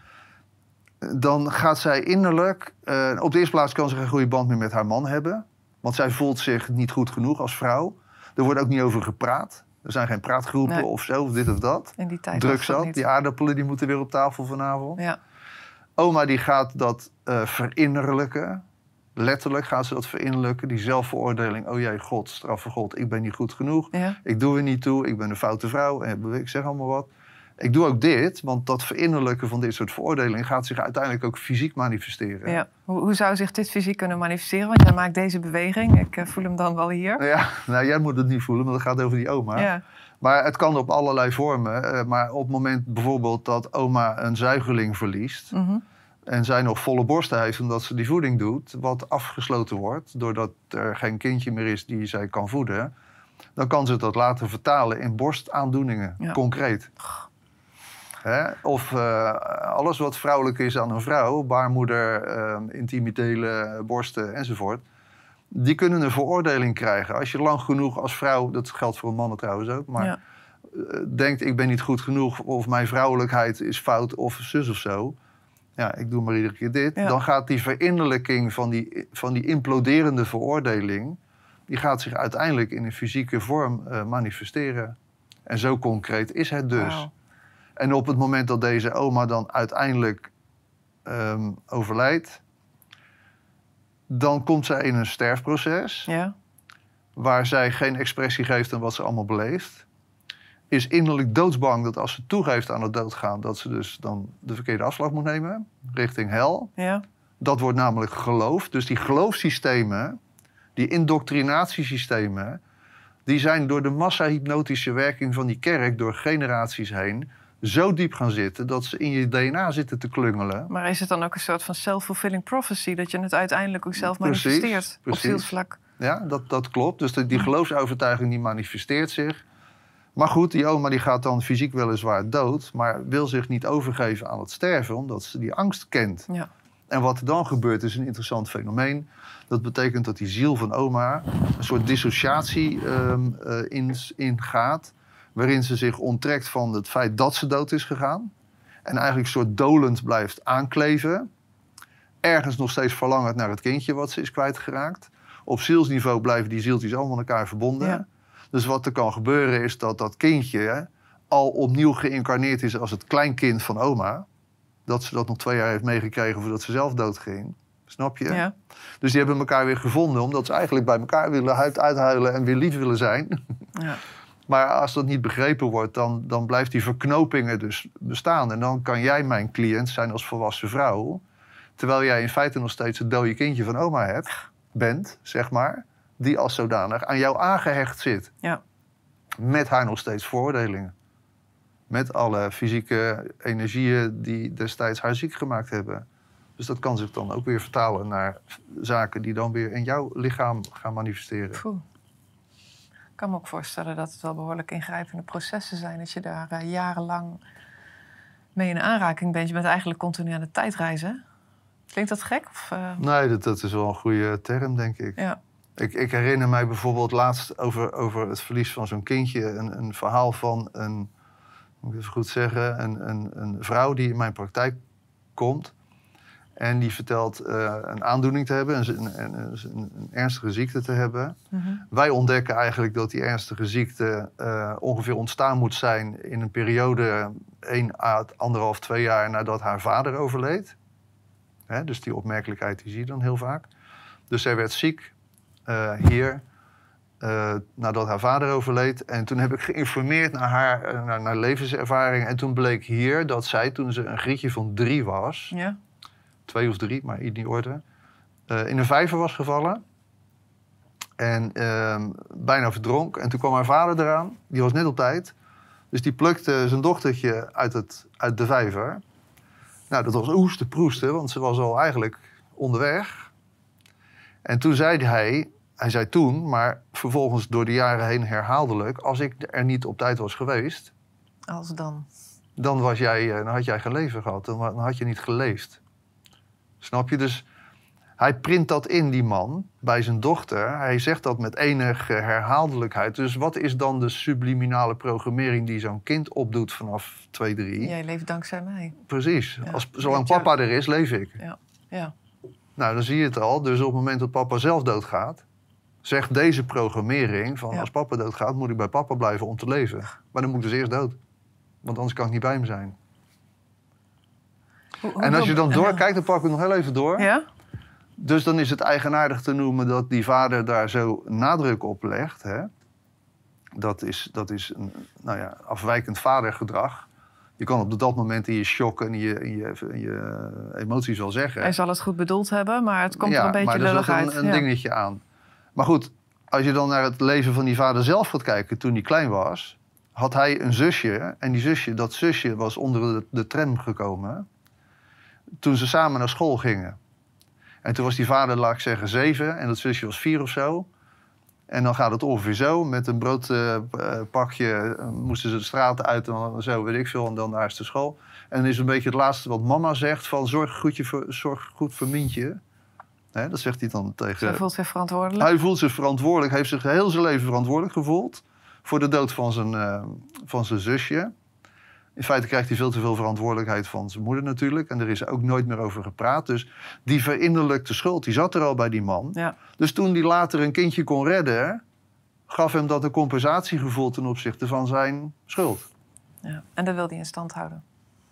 dan gaat zij innerlijk, Uh, op de eerste plaats kan ze geen goede band meer met haar man hebben. Want zij voelt zich niet goed genoeg als vrouw. Er wordt ook niet over gepraat. Er zijn geen praatgroepen nee. of zo, of dit of dat. In die tijd druk zat. Die aardappelen die moeten weer op tafel vanavond. Ja. Oma die gaat dat uh, verinnerlijken. Letterlijk gaat ze dat verinnerlijken. Die zelfveroordeling. Oh jee, God, straffe God. Ik ben niet goed genoeg. Ja. Ik doe er niet toe. Ik ben een foute vrouw. Ik zeg allemaal wat. Ik doe ook dit, want dat verinnerlijken van dit soort veroordelingen gaat zich uiteindelijk ook fysiek manifesteren. Ja. Hoe, hoe zou zich dit fysiek kunnen manifesteren? Want jij maakt deze beweging. Ik uh, voel hem dan wel hier. Ja, nou jij moet het niet voelen, want het gaat over die oma. Ja. Maar het kan op allerlei vormen. Uh, maar op het moment bijvoorbeeld dat oma een zuigeling verliest, mm-hmm. en zij nog volle borsten heeft omdat ze die voeding doet, wat afgesloten wordt, doordat er geen kindje meer is die zij kan voeden, dan kan ze dat laten vertalen in borstaandoeningen, ja. concreet. He? Of uh, alles wat vrouwelijk is aan een vrouw, baarmoeder, uh, intimitele borsten enzovoort, die kunnen een veroordeling krijgen. Als je lang genoeg als vrouw, dat geldt voor mannen trouwens ook, maar ja. uh, denkt ik ben niet goed genoeg of mijn vrouwelijkheid is fout of zus of zo, ja, ik doe maar iedere keer dit, ja. dan gaat die verinnerlijking van die, van die imploderende veroordeling, die gaat zich uiteindelijk in een fysieke vorm uh, manifesteren. En zo concreet is het dus. Wow. En op het moment dat deze oma dan uiteindelijk um, overlijdt, dan komt zij in een sterfproces, ja. waar zij geen expressie geeft aan wat ze allemaal beleeft. Is innerlijk doodsbang dat als ze toegeeft aan het doodgaan, dat ze dus dan de verkeerde afslag moet nemen, richting hel. Ja. Dat wordt namelijk geloof. Dus die geloofssystemen, die indoctrinatiesystemen, die zijn door de massahypnotische werking van die kerk door generaties heen zo diep gaan zitten dat ze in je D N A zitten te klungelen. Maar is het dan ook een soort van self-fulfilling prophecy, dat je het uiteindelijk ook zelf precies, manifesteert precies. op zielsvlak? Ja, dat, dat klopt. Dus die, die geloofsovertuiging die manifesteert zich. Maar goed, die oma die gaat dan fysiek weliswaar dood, maar wil zich niet overgeven aan het sterven, omdat ze die angst kent. Ja. En wat er dan gebeurt is een interessant fenomeen. Dat betekent dat die ziel van oma een soort dissociatie um, uh, in, ingaat, waarin ze zich onttrekt van het feit dat ze dood is gegaan. En eigenlijk een soort dolend blijft aankleven. Ergens nog steeds verlangend naar het kindje wat ze is kwijtgeraakt. Op zielsniveau blijven die zieltjes allemaal aan elkaar verbonden. Ja. Dus wat er kan gebeuren is dat dat kindje hè, al opnieuw geïncarneerd is als het kleinkind van oma. Dat ze dat nog twee jaar heeft meegekregen voordat ze zelf doodging. Snap je? Ja. Dus die hebben elkaar weer gevonden omdat ze eigenlijk bij elkaar willen huid uithuilen en weer lief willen zijn. Ja. Maar als dat niet begrepen wordt, dan, dan blijft die verknoping er dus bestaan. En dan kan jij mijn cliënt zijn als volwassen vrouw, terwijl jij in feite nog steeds het dode kindje van oma hebt, bent, zeg maar, die als zodanig aan jou aangehecht zit. Ja. Met haar nog steeds veroordelingen. Met alle fysieke energieën die destijds haar ziek gemaakt hebben. Dus dat kan zich dan ook weer vertalen naar zaken die dan weer in jouw lichaam gaan manifesteren. Poeh. Ik kan me ook voorstellen dat het wel behoorlijk ingrijpende processen zijn. Dat je daar uh, jarenlang mee in aanraking bent. Je bent eigenlijk continu aan het tijdreizen. Klinkt dat gek? Of, uh... Nee, dat, dat is wel een goede term, denk ik. Ja. Ik, ik herinner mij bijvoorbeeld laatst over, over het verlies van zo'n kindje. Een, een verhaal van een, moet ik even goed zeggen, een, een, een vrouw die in mijn praktijk komt. En die vertelt uh, een aandoening te hebben, een, een, een, een ernstige ziekte te hebben. Mm-hmm. Wij ontdekken eigenlijk dat die ernstige ziekte uh, ongeveer ontstaan moet zijn in een periode één à anderhalf, twee jaar nadat haar vader overleed. Hè, dus die opmerkelijkheid die zie je dan heel vaak. Dus zij werd ziek uh, hier uh, nadat haar vader overleed. En toen heb ik geïnformeerd naar haar uh, naar, naar levenservaring. En toen bleek hier dat zij, toen ze een grietje van drie was, ja. twee of drie, maar in die orde, uh, in een vijver was gevallen. En uh, bijna verdronk. En toen kwam haar vader eraan, die was net op tijd. Dus die plukte zijn dochtertje uit, het, uit de vijver. Nou, dat was oeste proesten, want ze was al eigenlijk onderweg. En toen zei hij, hij zei toen, maar vervolgens door de jaren heen herhaaldelijk, als ik er niet op tijd was geweest, als dan? Dan, was jij, dan had jij geen leven gehad, dan had je niet geleefd. Snap je? Dus hij print dat in, die man, bij zijn dochter. Hij zegt dat met enige herhaaldelijkheid. Dus wat is dan de subliminale programmering die zo'n kind opdoet vanaf twee, drie? Jij leeft dankzij mij. Precies. Ja. Als, zolang papa er is, leef ik. Ja. Ja. Nou, dan zie je het al. Dus op het moment dat papa zelf doodgaat, zegt deze programmering van... Ja. Als papa doodgaat, moet ik bij papa blijven om te leven. Maar dan moet ik dus eerst dood. Want anders kan ik niet bij hem zijn. Hoe, hoe en als je dan doorkijkt, dan pak ik het nog heel even door. Ja? Dus dan is het eigenaardig te noemen dat die vader daar zo nadruk op legt. Hè? Dat is, dat is een nou ja, afwijkend vadergedrag. Je kan op dat moment in je shock en in je, in je, in je emoties wel zeggen. Hij zal het goed bedoeld hebben, maar het komt ja, er een beetje lullig uit. Ja, maar er zit een, een ja. dingetje aan. Maar goed, als je dan naar het leven van die vader zelf gaat kijken toen hij klein was, had hij een zusje. En die zusje, dat zusje was onder de, de tram gekomen toen ze samen naar school gingen. En toen was die vader, laat ik zeggen, zeven en dat zusje was vier of zo. En dan gaat het ongeveer zo. Met een broodpakje uh, uh, moesten ze de straten uit en dan zo, weet ik veel. En dan naar de school. En dan is een beetje het laatste wat mama zegt van zorg goed, je voor, zorg goed voor Mientje. Hè, dat zegt hij dan tegen... Hij voelt zich verantwoordelijk. Hij voelt zich verantwoordelijk. Hij heeft zich heel zijn leven verantwoordelijk gevoeld voor de dood van zijn, uh, van zijn zusje. In feite krijgt hij veel te veel verantwoordelijkheid van zijn moeder natuurlijk. En er is ook nooit meer over gepraat. Dus die verinnerlijkte schuld, die zat er al bij die man. Ja. Dus toen hij later een kindje kon redden, gaf hem dat een compensatiegevoel ten opzichte van zijn schuld. Ja. En dat wilde hij in stand houden.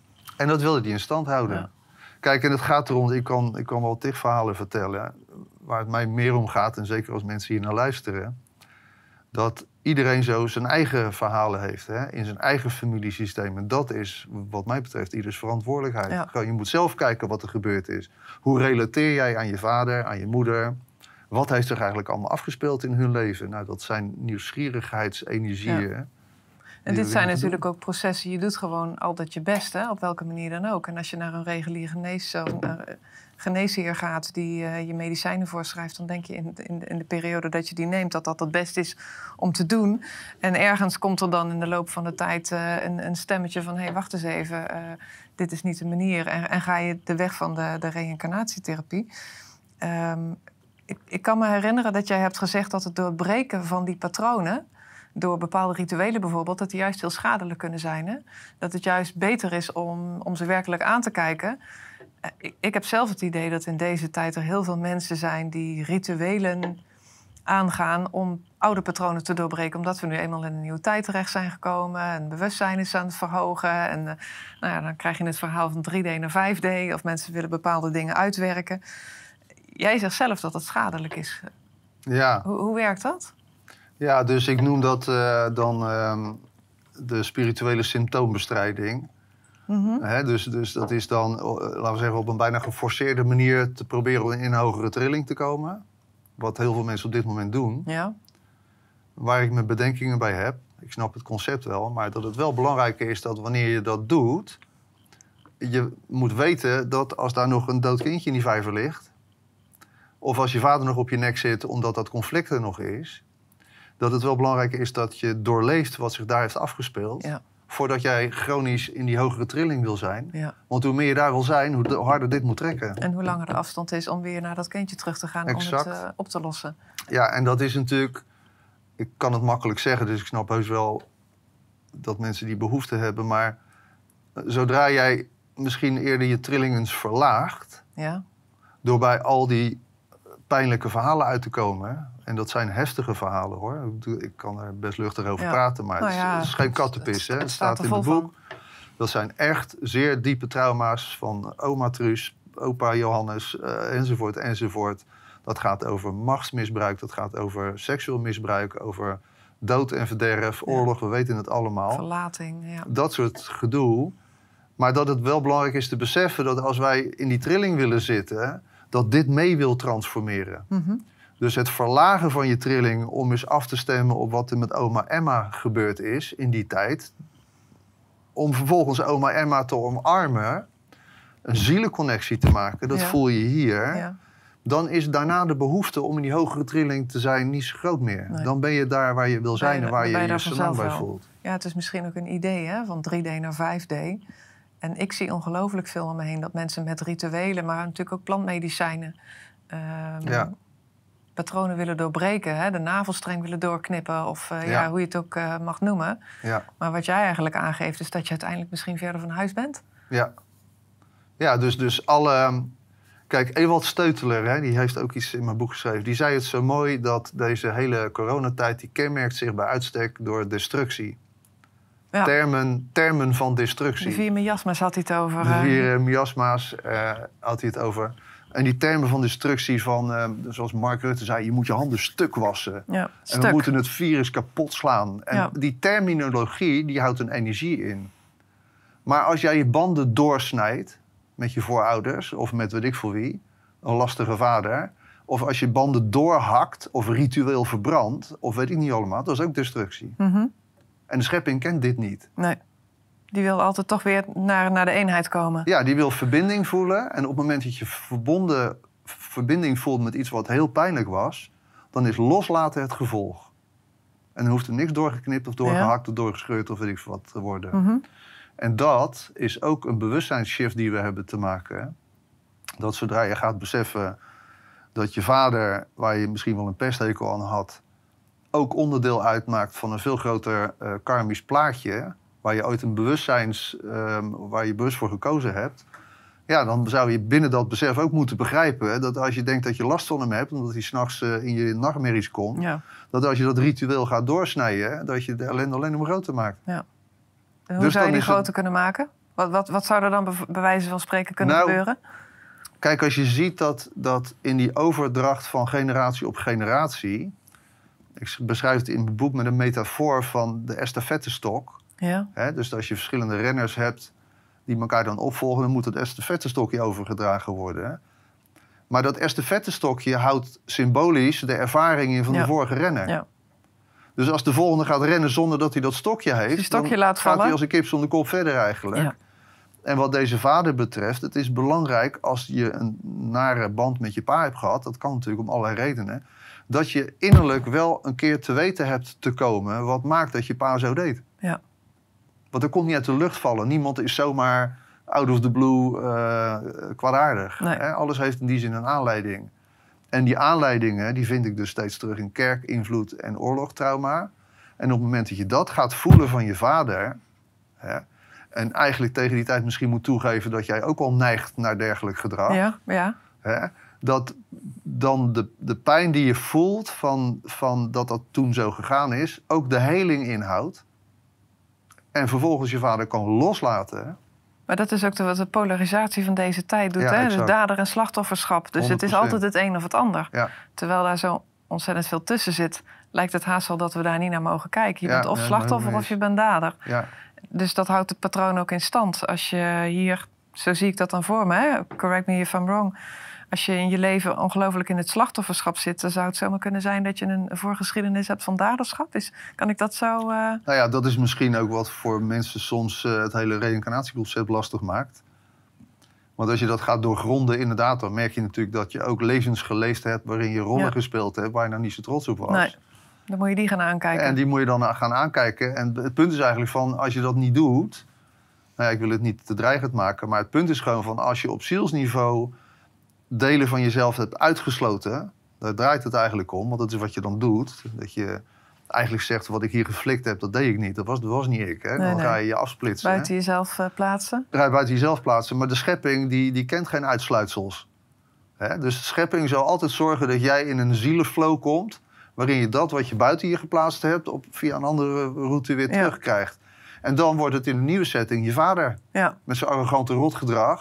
En dat wilde hij in stand houden. Ja. Kijk, en het gaat erom, ik kan, ik kan wel tig verhalen vertellen waar het mij meer om gaat, en zeker als mensen hier naar luisteren, dat iedereen zo zijn eigen verhalen heeft, hè, in zijn eigen familiesysteem. En dat is, wat mij betreft, ieders verantwoordelijkheid. Ja. Gewoon, je moet zelf kijken wat er gebeurd is. Hoe relateer jij aan je vader, aan je moeder? Wat heeft zich eigenlijk allemaal afgespeeld in hun leven? Nou, dat zijn nieuwsgierigheidsenergieën. Ja. En dit zijn natuurlijk ook processen. Je doet gewoon altijd je best, hè, op welke manier dan ook. En als je naar een regulier genees, zo'n uh, geneesheer gaat die uh, je medicijnen voorschrijft, dan denk je in, in, in de periode dat je die neemt dat dat het best is om te doen. En ergens komt er dan in de loop van de tijd uh, een, een stemmetje van hé, hey, wacht eens even, uh, dit is niet de manier. En, en ga je de weg van de, de reïncarnatietherapie. Um, ik, ik kan me herinneren dat jij hebt gezegd dat het doorbreken van die patronen, door bepaalde rituelen bijvoorbeeld, dat die juist heel schadelijk kunnen zijn. Hè? Dat het juist beter is om, om ze werkelijk aan te kijken. Ik, ik heb zelf het idee dat in deze tijd er heel veel mensen zijn die rituelen aangaan om oude patronen te doorbreken, omdat we nu eenmaal in een nieuwe tijd terecht zijn gekomen en bewustzijn is aan het verhogen. En uh, nou ja, dan krijg je het verhaal van drie D naar vijf D, of mensen willen bepaalde dingen uitwerken. Jij zegt zelf dat het schadelijk is. Ja. Hoe, hoe werkt dat? Ja, dus ik noem dat uh, dan uh, de spirituele symptoombestrijding. Mm-hmm. He, dus, dus dat is dan, uh, laten we zeggen, op een bijna geforceerde manier te proberen om in een hogere trilling te komen. Wat heel veel mensen op dit moment doen. Ja. Waar ik mijn bedenkingen bij heb. Ik snap het concept wel, maar dat het wel belangrijk is dat wanneer je dat doet, je moet weten dat als daar nog een dood kindje in die vijver ligt, of als je vader nog op je nek zit omdat dat conflict er nog is, dat het wel belangrijk is dat je doorleeft wat zich daar heeft afgespeeld, ja, voordat jij chronisch in die hogere trilling wil zijn. Ja. Want hoe meer je daar wil zijn, hoe harder dit moet trekken. En hoe langer de afstand is om weer naar dat kindje terug te gaan, exact, om het uh, op te lossen. Ja, en dat is natuurlijk, ik kan het makkelijk zeggen, dus ik snap heus wel dat mensen die behoefte hebben, maar zodra jij misschien eerder je trillingen verlaagt, ja, door bij al die pijnlijke verhalen uit te komen. En dat zijn heftige verhalen, hoor. Ik kan er best luchtig over ja. praten, maar nou ja, het, is, het is geen kattenpis. Het, het, het staat, staat in het boek. Van. Dat zijn echt zeer diepe trauma's van oma Truus, opa Johannes, uh, enzovoort, enzovoort. Dat gaat over machtsmisbruik, dat gaat over seksueel misbruik, over dood en verderf, oorlog, ja, we weten het allemaal. Verlating, ja. Dat soort gedoe. Maar dat het wel belangrijk is te beseffen dat als wij in die trilling willen zitten, dat dit mee wil transformeren. Mm-hmm. Dus het verlagen van je trilling om eens af te stemmen op wat er met oma Emma gebeurd is in die tijd. Om vervolgens oma Emma te omarmen, een zielenconnectie te maken, dat ja. voel je hier. Ja. Dan is daarna de behoefte om in die hogere trilling te zijn niet zo groot meer. Nee. Dan ben je daar waar je wil zijn en waar je je, je zo lang bij wel. voelt. Ja, het is misschien ook een idee, hè, van drie D naar vijf D. En ik zie ongelooflijk veel om me heen dat mensen met rituelen, maar natuurlijk ook plantmedicijnen, um, Ja. patronen willen doorbreken, hè, de navelstreng willen doorknippen of uh, ja. Ja, hoe je het ook uh, mag noemen. Ja. Maar wat jij eigenlijk aangeeft is dat je uiteindelijk misschien verder van huis bent. Ja, ja dus, dus alle... Kijk, Ewald Steuteler, hè, die heeft ook iets in mijn boek geschreven. Die zei het zo mooi dat deze hele coronatijd, die kenmerkt zich bij uitstek door destructie. Ja. Termen, termen van destructie. De vier miasma's had hij het over. De vier uh, miasma's uh, had hij het over. En die termen van destructie van, uh, zoals Mark Rutte zei, je moet je handen stuk wassen. Ja, en we moeten het virus kapot slaan. En ja. die terminologie, die houdt een energie in. Maar als jij je banden doorsnijdt met je voorouders of met weet ik voor wie, een lastige vader, of als je banden doorhakt of ritueel verbrandt, of weet ik niet allemaal, dat is ook destructie. Mm-hmm. En de schepping kent dit niet. Nee. Die wil altijd toch weer naar, naar de eenheid komen. Ja, die wil verbinding voelen. En op het moment dat je verbonden, verbinding voelt met iets wat heel pijnlijk was, dan is loslaten het gevolg. En dan hoeft er niks doorgeknipt of doorgehakt ja. of doorgescheurd of weet ik wat te worden. Mm-hmm. En dat is ook een bewustzijnsshift die we hebben te maken. Dat zodra je gaat beseffen dat je vader, waar je misschien wel een pesthekel aan had, ook onderdeel uitmaakt van een veel groter uh, karmisch plaatje, waar je ooit een bewustzijns, uh, waar je bewust voor gekozen hebt, ja, dan zou je binnen dat besef ook moeten begrijpen dat als je denkt dat je last van hem hebt, omdat hij 's nachts uh, in je nachtmerries komt, ja. dat als je dat ritueel gaat doorsnijden, dat je de ellende alleen nog maar groter maakt. Ja. En hoe Dus zou je die het... groter kunnen maken? Wat, wat, wat zou er dan bij wijze van spreken kunnen nou, gebeuren? Kijk, als je ziet dat, dat in die overdracht van generatie op generatie, ik beschrijf het in mijn boek met een metafoor van de estafettestok. Ja. Hè, dus als je verschillende renners hebt die elkaar dan opvolgen, dan moet het estafettestokje overgedragen worden. Hè? Maar dat estafettestokje houdt symbolisch de ervaring in van ja. de vorige renner. Ja. Dus als de volgende gaat rennen zonder dat hij dat stokje heeft, die stokje dan laat gaat vallen. hij als een kip zonder kop verder eigenlijk. Ja. En wat deze vader betreft, het is belangrijk als je een nare band met je pa hebt gehad, dat kan natuurlijk om allerlei redenen, dat je innerlijk wel een keer te weten hebt te komen wat maakt dat je pa zo deed. Ja. Want er komt niet uit de lucht vallen. Niemand is zomaar out of the blue uh, kwaadaardig. Nee. Hè? Alles heeft in die zin een aanleiding. En die aanleidingen die vind ik dus steeds terug in kerk, invloed en oorlogstrauma. En op het moment dat je dat gaat voelen van je vader, hè, en eigenlijk tegen die tijd misschien moet toegeven dat jij ook al neigt naar dergelijk gedrag. Ja, ja. Hè, dat dan de, de pijn die je voelt van, van dat dat toen zo gegaan is, ook de heling inhoudt. En vervolgens je vader kan loslaten. Maar dat is ook de, wat de polarisatie van deze tijd doet. Ja, hè? exact. Dus dader en slachtofferschap. Dus honderd procent. het is altijd het een of het ander. Ja. Terwijl daar zo ontzettend veel tussen zit, lijkt het haast wel dat we daar niet naar mogen kijken. Je Ja, bent of ja, slachtoffer maar of je bent dader. Ja. Dus dat houdt het patroon ook in stand. Als je hier, zo zie ik dat dan voor me, hè? Correct me if I'm wrong. Als je in je leven ongelooflijk in het slachtofferschap zit, dan zou het zomaar kunnen zijn dat je een voorgeschiedenis hebt van daderschap. Is, kan ik dat zo... Uh... Nou ja, dat is misschien ook wat voor mensen soms uh, het hele reïncarnatieconcept lastig maakt. Want als je dat gaat doorgronden, inderdaad, dan merk je natuurlijk dat je ook levens geleefd hebt waarin je rollen ja. gespeeld hebt waar je nou niet zo trots op was. Nee, dan moet je die gaan aankijken. En die moet je dan gaan aankijken. En het punt is eigenlijk van, als je dat niet doet, nou ja, ik wil het niet te dreigend maken, maar het punt is gewoon van, als je op zielsniveau delen van jezelf hebt uitgesloten, daar draait het eigenlijk om, want dat is wat je dan doet. Dat je eigenlijk zegt, wat ik hier geflikt heb, dat deed ik niet. Dat was, dat was niet ik. Hè? Nee, dan nee. ga je je afsplitsen. Buiten hè? jezelf uh, plaatsen. Ga je buiten jezelf plaatsen. Maar de schepping, die, die kent geen uitsluitsels. Hè? Dus de schepping zal altijd zorgen dat jij in een zielenflow komt, waarin je dat wat je buiten je geplaatst hebt, op, via een andere route weer Ja. terugkrijgt. En dan wordt het in een nieuwe setting je vader. Ja. Met zijn arrogante rotgedrag.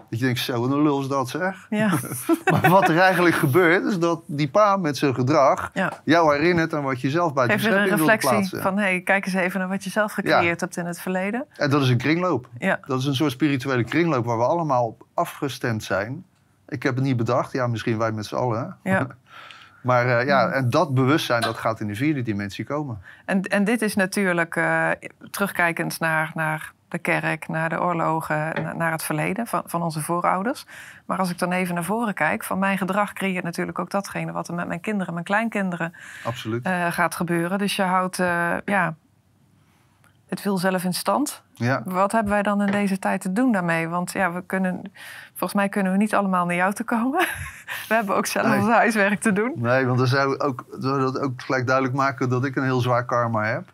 Dat je denkt, zo, een lul is dat zeg. Ja. Maar wat er eigenlijk gebeurt, is dat die pa met zijn gedrag ja. jou herinnert aan wat je zelf bij de schepping wilde plaatsen. Geef een reflectie van, hé, hey, kijk eens even naar wat je zelf gecreëerd ja. hebt in het verleden. En dat is een kringloop. Ja. Dat is een soort spirituele kringloop waar we allemaal op afgestemd zijn. Ik heb het niet bedacht, ja, misschien wij met z'n allen. Ja. Maar uh, ja, en dat bewustzijn, dat gaat in de vierde dimensie komen. En, en dit is natuurlijk uh, terugkijkend naar, naar de kerk, naar de oorlogen, naar het verleden van, van onze voorouders. Maar als ik dan even naar voren kijk, van mijn gedrag creëert natuurlijk ook datgene wat er met mijn kinderen, mijn kleinkinderen Absoluut. Uh, gaat gebeuren. Dus je houdt uh, ja, het wiel zelf in stand. Ja. Wat hebben wij dan in deze tijd te doen daarmee? Want ja, we kunnen, volgens mij kunnen we niet allemaal naar jou te komen. We hebben ook zelf nee. ons huiswerk te doen. Nee, want dan zou ik ook, zou dat ook gelijk duidelijk maken dat ik een heel zwaar karma heb.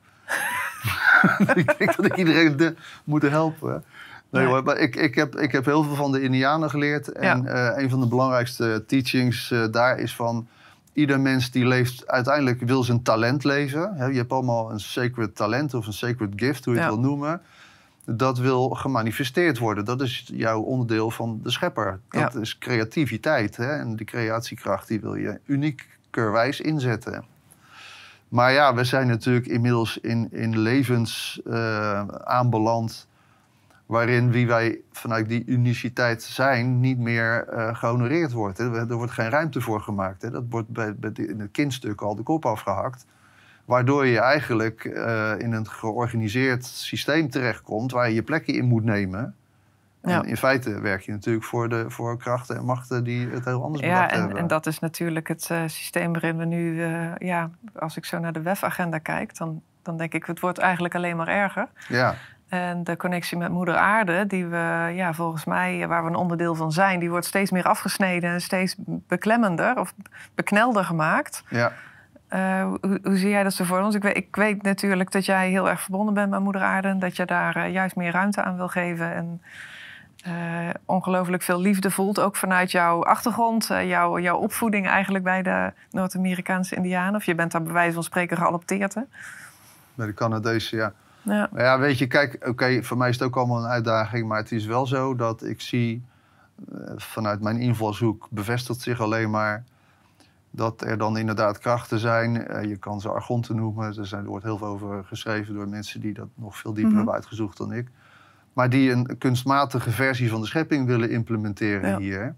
Ik denk dat ik iedereen de, moet helpen. Nee, nee. Hoor, maar ik, ik, heb, ik heb heel veel van de Indianen geleerd. En ja. uh, een van de belangrijkste teachings uh, daar is van... ieder mens die leeft uiteindelijk wil zijn talent leven. He, je hebt allemaal een sacred talent of een sacred gift, hoe je ja. het wil noemen. Dat wil gemanifesteerd worden. Dat is jouw onderdeel van de schepper. Dat ja. is creativiteit. Hè? En die creatiekracht die wil je uniekerwijs inzetten. Maar ja, we zijn natuurlijk inmiddels in, in levens uh, aanbeland... waarin wie wij vanuit die uniciteit zijn niet meer uh, gehonoreerd wordt. Hè. Er wordt geen ruimte voor gemaakt. Hè. Dat wordt bij, bij de, in het kindstuk al de kop afgehakt. Waardoor je eigenlijk uh, in een georganiseerd systeem terechtkomt... waar je je plekje in moet nemen. Ja. En in feite werk je natuurlijk voor, de, voor krachten en machten die het heel anders bedacht ja, en, hebben. En dat is natuurlijk het uh, systeem waarin we nu... Uh, ja, als ik zo naar de W E F-agenda kijk... Dan, dan denk ik, het wordt eigenlijk alleen maar erger. Ja. En de connectie met Moeder Aarde, die we, ja, volgens mij, waar we een onderdeel van zijn... die wordt steeds meer afgesneden en steeds beklemmender of beknelder gemaakt. Ja. Uh, hoe, hoe zie jij dat zo voor ons? Ik weet, ik weet natuurlijk dat jij heel erg verbonden bent met Moeder Aarde... en dat je daar uh, juist meer ruimte aan wil geven... en uh, ongelooflijk veel liefde voelt, ook vanuit jouw achtergrond... Uh, jouw, jouw opvoeding eigenlijk bij de Noord-Amerikaanse Indianen. Of je bent daar bij wijze van spreken geadopteerd, hè? Bij de Canadezen, ja. Ja. ja, weet je, kijk, oké, okay, voor mij is het ook allemaal een uitdaging... maar het is wel zo dat ik zie, uh, vanuit mijn invalshoek bevestigt zich alleen maar... dat er dan inderdaad krachten zijn. Uh, je kan ze argonten noemen. Er, zijn, er wordt heel veel over geschreven door mensen die dat nog veel dieper mm-hmm. hebben uitgezocht dan ik. Maar die een kunstmatige versie van de schepping willen implementeren ja. hier.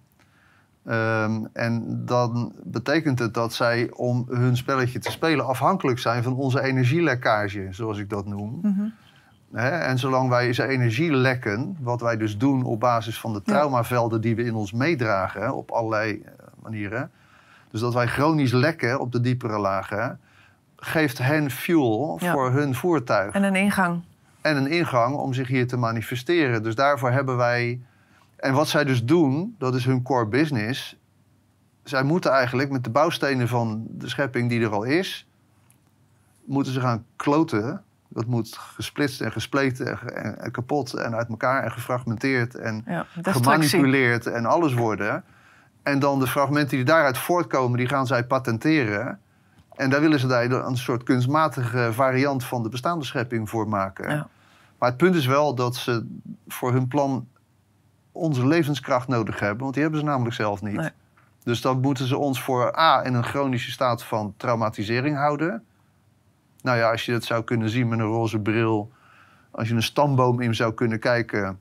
Um, en dan betekent het dat zij om hun spelletje te spelen afhankelijk zijn van onze energielekkage, zoals ik dat noem. Mm-hmm. He, en zolang wij ze energie lekken, wat wij dus doen op basis van de traumavelden die we in ons meedragen, op allerlei manieren. Dus dat wij chronisch lekken op de diepere lagen, geeft hen fuel ja. voor hun voertuig. En een ingang. En een ingang om zich hier te manifesteren. Dus daarvoor hebben wij... En wat zij dus doen, dat is hun core business. Zij moeten eigenlijk met de bouwstenen van de schepping die er al is... moeten ze gaan kloten. Dat moet gesplitst en gespleten en, en kapot en uit elkaar en gefragmenteerd... en ja, gemanipuleerd en alles worden. En dan de fragmenten die daaruit voortkomen, die gaan zij patenteren. En daar willen ze daar een soort kunstmatige variant van de bestaande schepping voor maken. Ja. Maar het punt is wel dat ze voor hun plan onze levenskracht nodig hebben. Want die hebben ze namelijk zelf niet. Nee. Dus dan moeten ze ons voor A, in een chronische staat van traumatisering houden. Nou ja, als je dat zou kunnen zien met een roze bril. Als je een stamboom in zou kunnen kijken.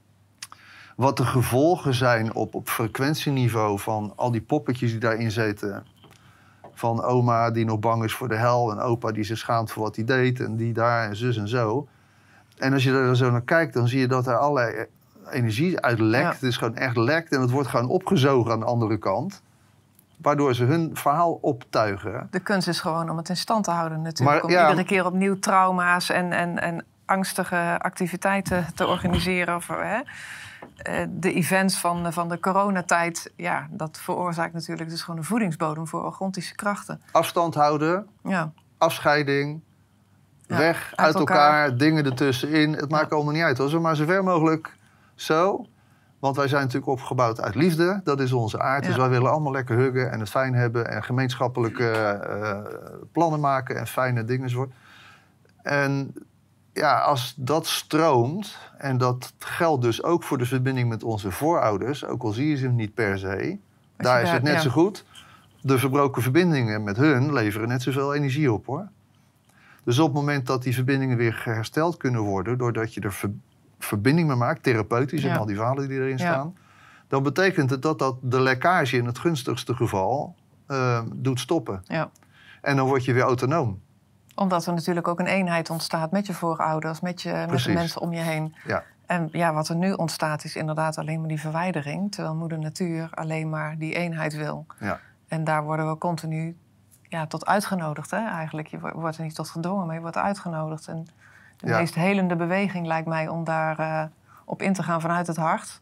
Wat de gevolgen zijn op, op frequentieniveau van al die poppetjes die daarin zitten. Van oma die nog bang is voor de hel. En opa die zich schaamt voor wat hij deed. En die daar en zus en zo. En als je er zo naar kijkt, dan zie je dat er allerlei energie uit lekt. Ja. Het is gewoon echt lekt en het wordt gewoon opgezogen aan de andere kant. Waardoor ze hun verhaal optuigen. De kunst is gewoon om het in stand te houden natuurlijk. Maar, om ja, iedere keer opnieuw trauma's en, en, en angstige activiteiten te organiseren. Of, hè, de events van, van de coronatijd, ja, dat veroorzaakt natuurlijk dus gewoon een voedingsbodem voor orgontische krachten. Afstand houden, ja. afscheiding, ja, weg, uit, uit elkaar. elkaar, dingen ertussenin. Het maakt ja. allemaal niet uit. Als we maar zo ver mogelijk zo... Want wij zijn natuurlijk opgebouwd uit liefde. Dat is onze aard. Ja. Dus wij willen allemaal lekker huggen en het fijn hebben... en gemeenschappelijke uh, plannen maken en fijne dingen. En ja, als dat stroomt, en dat geldt dus ook voor de verbinding met onze voorouders, ook al zie je ze niet per se, daar is het net ja. zo goed. De verbroken verbindingen met hun leveren net zoveel energie op, hoor. Dus op het moment dat die verbindingen weer hersteld kunnen worden, doordat je er ver, verbinding mee maakt, therapeutisch ja. en al die verhalen die erin ja. staan, dan betekent het dat dat de lekkage in het gunstigste geval uh, doet stoppen. Ja. En dan word je weer autonoom. Omdat er natuurlijk ook een eenheid ontstaat met je voorouders, met, je, met de mensen om je heen. Ja. En ja, wat er nu ontstaat is inderdaad alleen maar die verwijdering, terwijl moeder natuur alleen maar die eenheid wil. Ja. En daar worden we continu ja, tot uitgenodigd, hè, eigenlijk. Je wordt er niet tot gedwongen, maar je wordt uitgenodigd. En de ja. meest helende beweging lijkt mij om daar uh, op in te gaan vanuit het hart.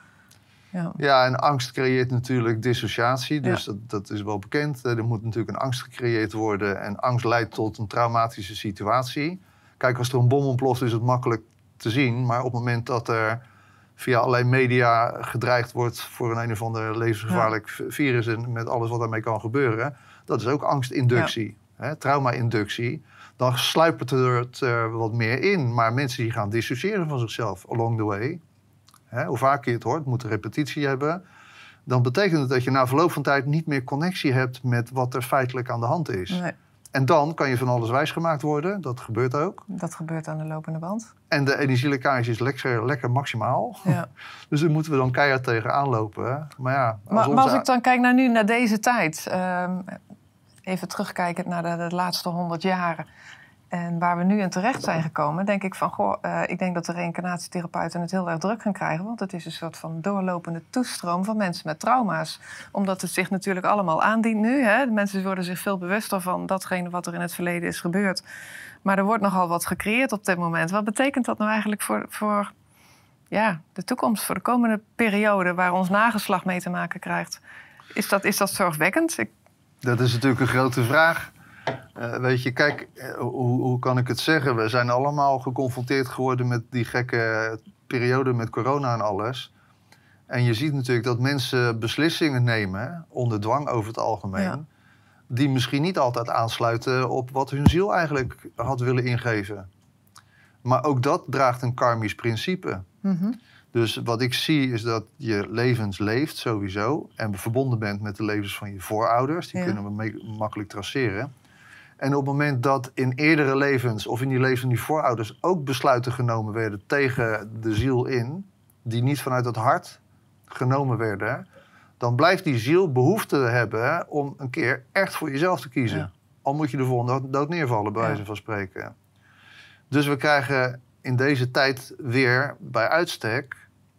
Ja. ja, en angst creëert natuurlijk dissociatie, dus ja. dat, dat is wel bekend. Er moet natuurlijk een angst gecreëerd worden en angst leidt tot een traumatische situatie. Kijk, als er een bom ontploft is het makkelijk te zien, maar op het moment dat er via allerlei media gedreigd wordt voor een een of ander levensgevaarlijk ja. virus en met alles wat daarmee kan gebeuren, dat is ook angstinductie, ja. hè, trauma-inductie. Dan sluipt er het uh, wat meer in, maar mensen die gaan dissociëren van zichzelf along the way. Hè, hoe vaker je het hoort, moet een repetitie hebben. Dan betekent het dat je na verloop van tijd niet meer connectie hebt met wat er feitelijk aan de hand is. Nee. En dan kan je van alles wijsgemaakt worden. Dat gebeurt ook. Dat gebeurt aan de lopende band. En de energielekkage is lekker, lekker maximaal. Ja. Dus daar moeten we dan keihard tegenaan lopen. Maar, ja, als, maar, maar als ik dan kijk naar nu, naar deze tijd. Uh, even terugkijken naar de, de laatste honderd jaren. En waar we nu in terecht zijn gekomen, denk ik van, goh, uh, ik denk dat de reïncarnatietherapeuten het heel erg druk gaan krijgen. Want het is een soort van doorlopende toestroom van mensen met trauma's. Omdat het zich natuurlijk allemaal aandient nu. Hè? De mensen worden zich veel bewuster van datgene wat er in het verleden is gebeurd. Maar er wordt nogal wat gecreëerd op dit moment. Wat betekent dat nou eigenlijk voor, voor ja, de toekomst, voor de komende periode waar ons nageslacht mee te maken krijgt? Is dat, is dat zorgwekkend? Ik... Dat is natuurlijk een grote vraag. Uh, weet je, kijk, uh, hoe, hoe kan ik het zeggen? We zijn allemaal geconfronteerd geworden met die gekke periode met corona en alles. En je ziet natuurlijk dat mensen beslissingen nemen, onder dwang over het algemeen, ja. die misschien niet altijd aansluiten op wat hun ziel eigenlijk had willen ingeven. Maar ook dat draagt een karmisch principe. Mm-hmm. Dus wat ik zie is dat je levens leeft sowieso en verbonden bent met de levens van je voorouders. Die ja. kunnen we me- makkelijk traceren. En op het moment dat in eerdere levens of in die levens van die voorouders ook besluiten genomen werden tegen de ziel in, die niet vanuit het hart genomen werden, dan blijft die ziel behoefte hebben om een keer echt voor jezelf te kiezen. Ja. Al moet je de volgende dood neervallen, bij wijze van spreken. Dus we krijgen in deze tijd weer bij uitstek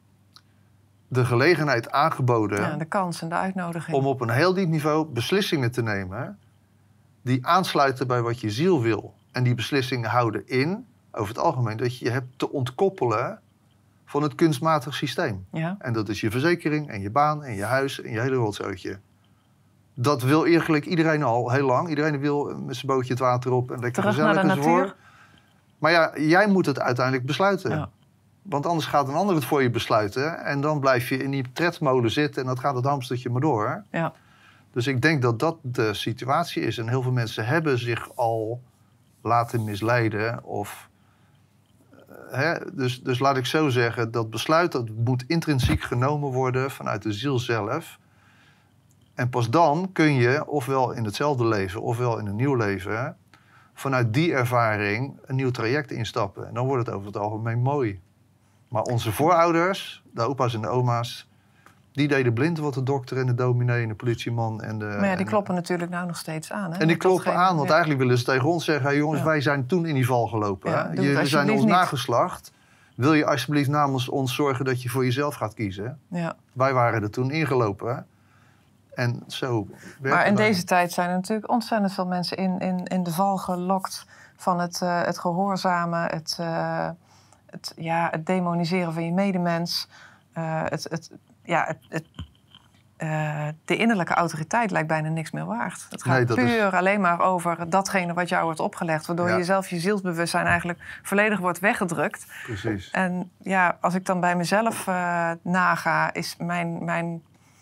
de gelegenheid aangeboden, ja, de kans en de uitnodiging, om op een heel diep niveau beslissingen te nemen die aansluiten bij wat je ziel wil. En die beslissingen houden in, over het algemeen, dat je je hebt te ontkoppelen van het kunstmatig systeem. Ja. En dat is je verzekering en je baan en je huis en je hele rotzootje. Dat wil eigenlijk iedereen al heel lang. Iedereen wil met zijn bootje het water op en lekker terug gezellig naar de enzovoort. natuur. Maar ja, jij moet het uiteindelijk besluiten. Ja. Want anders gaat een ander het voor je besluiten. En dan blijf je in die tredmolen zitten en dan gaat het hamstertje maar door. Ja. Dus ik denk dat dat de situatie is. En heel veel mensen hebben zich al laten misleiden. Of, uh, hè, dus, dus laat ik zo zeggen, dat besluit dat moet intrinsiek genomen worden vanuit de ziel zelf. En pas dan kun je, ofwel in hetzelfde leven, ofwel in een nieuw leven, vanuit die ervaring een nieuw traject instappen. En dan wordt het over het algemeen mooi. Maar onze voorouders, de opa's en de oma's, die deden blind wat de dokter en de dominee en de politieman en de... Maar ja, die kloppen en, natuurlijk nou nog steeds aan. Hè? En die kloppen aan, want ja. eigenlijk willen ze tegen ons zeggen, hey jongens, ja. wij zijn toen in die val gelopen. Ja, Jullie zijn ons niet. nageslacht. Wil je alsjeblieft namens ons zorgen dat je voor jezelf gaat kiezen? Ja. Wij waren er toen ingelopen. En zo maar in deze tijd zijn er natuurlijk ontzettend veel mensen in, in, in de val gelokt van het, uh, het gehoorzamen, het, uh, het, ja, het demoniseren van je medemens. Uh, het, het, ja, het, het, uh, de innerlijke autoriteit lijkt bijna niks meer waard. Het gaat nee, puur is... alleen maar over datgene wat jou wordt opgelegd, waardoor ja. je zelf je zielsbewustzijn eigenlijk volledig wordt weggedrukt. Precies. En ja, als ik dan bij mezelf uh, naga, is mijn... mijn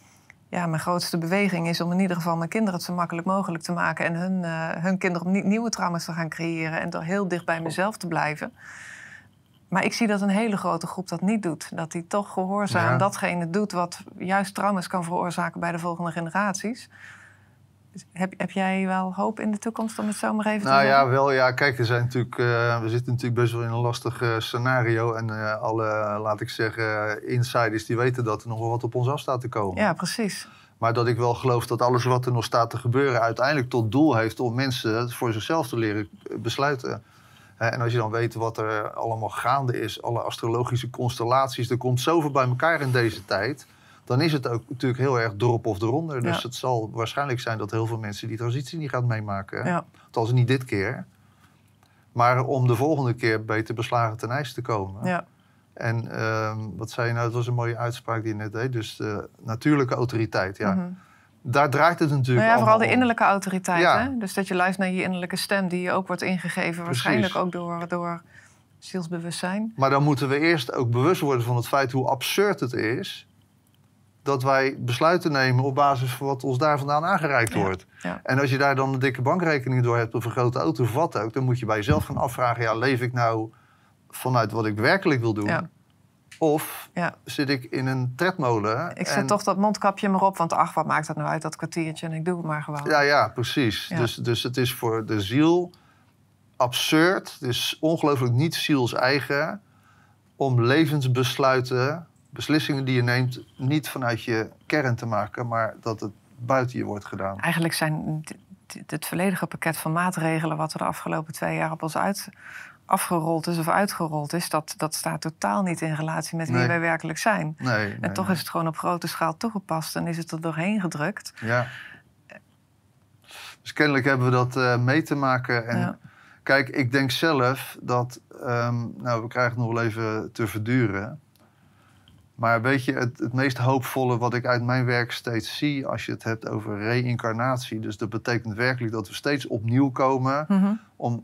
ja, mijn grootste beweging is om in ieder geval mijn kinderen het zo makkelijk mogelijk te maken. En hun, uh, hun kinderen niet nieuwe trauma's te gaan creëren. En door heel dicht bij mezelf te blijven. Maar ik zie dat een hele grote groep dat niet doet. Dat die toch gehoorzaam ja. datgene doet wat juist trauma's kan veroorzaken bij de volgende generaties. Heb, heb jij wel hoop in de toekomst om het zo maar even nou, te zeggen? Nou ja, wel. Ja, kijk, er zijn natuurlijk, uh, we zitten natuurlijk best wel in een lastig uh, scenario. En uh, alle, laat ik zeggen, insiders die weten dat er nog wel wat op ons af staat te komen. Ja, precies. Maar dat ik wel geloof dat alles wat er nog staat te gebeuren uiteindelijk tot doel heeft om mensen voor zichzelf te leren besluiten. En als je dan weet wat er allemaal gaande is, alle astrologische constellaties, er komt zoveel bij elkaar in deze tijd. Dan is het ook natuurlijk heel erg erop of eronder. Dus ja. het zal waarschijnlijk zijn dat heel veel mensen die transitie niet gaan meemaken. Ja. Althans niet dit keer. Maar om de volgende keer beter beslagen ten ijs te komen. Ja. En uh, wat zei je nou, dat was een mooie uitspraak die je net deed. Dus de natuurlijke autoriteit, ja. Mm-hmm. Daar draait het natuurlijk nou ja, vooral de om. innerlijke autoriteit. Ja. Hè? Dus dat je luistert naar je innerlijke stem die je ook wordt ingegeven. Precies. Waarschijnlijk ook door, door zielsbewustzijn. Maar dan moeten we eerst ook bewust worden van het feit hoe absurd het is dat wij besluiten nemen op basis van wat ons daar vandaan aangereikt ja. wordt. Ja. En als je daar dan een dikke bankrekening door hebt of een grote auto of wat ook, dan moet je bij jezelf gaan afvragen, ja, leef ik nou vanuit wat ik werkelijk wil doen? Ja. Of ja. zit ik in een tredmolen? Ik zet en... toch dat mondkapje maar op, want ach, wat maakt dat nou uit, dat kwartiertje? En ik doe het maar gewoon. Ja, ja, precies. Ja. Dus, dus het is voor de ziel absurd, het is ongelooflijk niet ziels-eigen om levensbesluiten, beslissingen die je neemt, niet vanuit je kern te maken, maar dat het buiten je wordt gedaan. Eigenlijk zijn het volledige pakket van maatregelen wat er de afgelopen twee jaar op ons uit afgerold is of uitgerold is, dat, dat staat totaal niet in relatie met wie nee. wij werkelijk zijn. Nee, en nee, toch nee. is het gewoon op grote schaal toegepast en is het er doorheen gedrukt. Ja. Dus kennelijk hebben we dat uh, mee te maken. En ja. Kijk, ik denk zelf dat, um, nou, we krijgen het nog wel even te verduren. Maar weet je, het, het meest hoopvolle wat ik uit mijn werk steeds zie, als je het hebt over reïncarnatie, dus dat betekent werkelijk dat we steeds opnieuw komen mm-hmm. om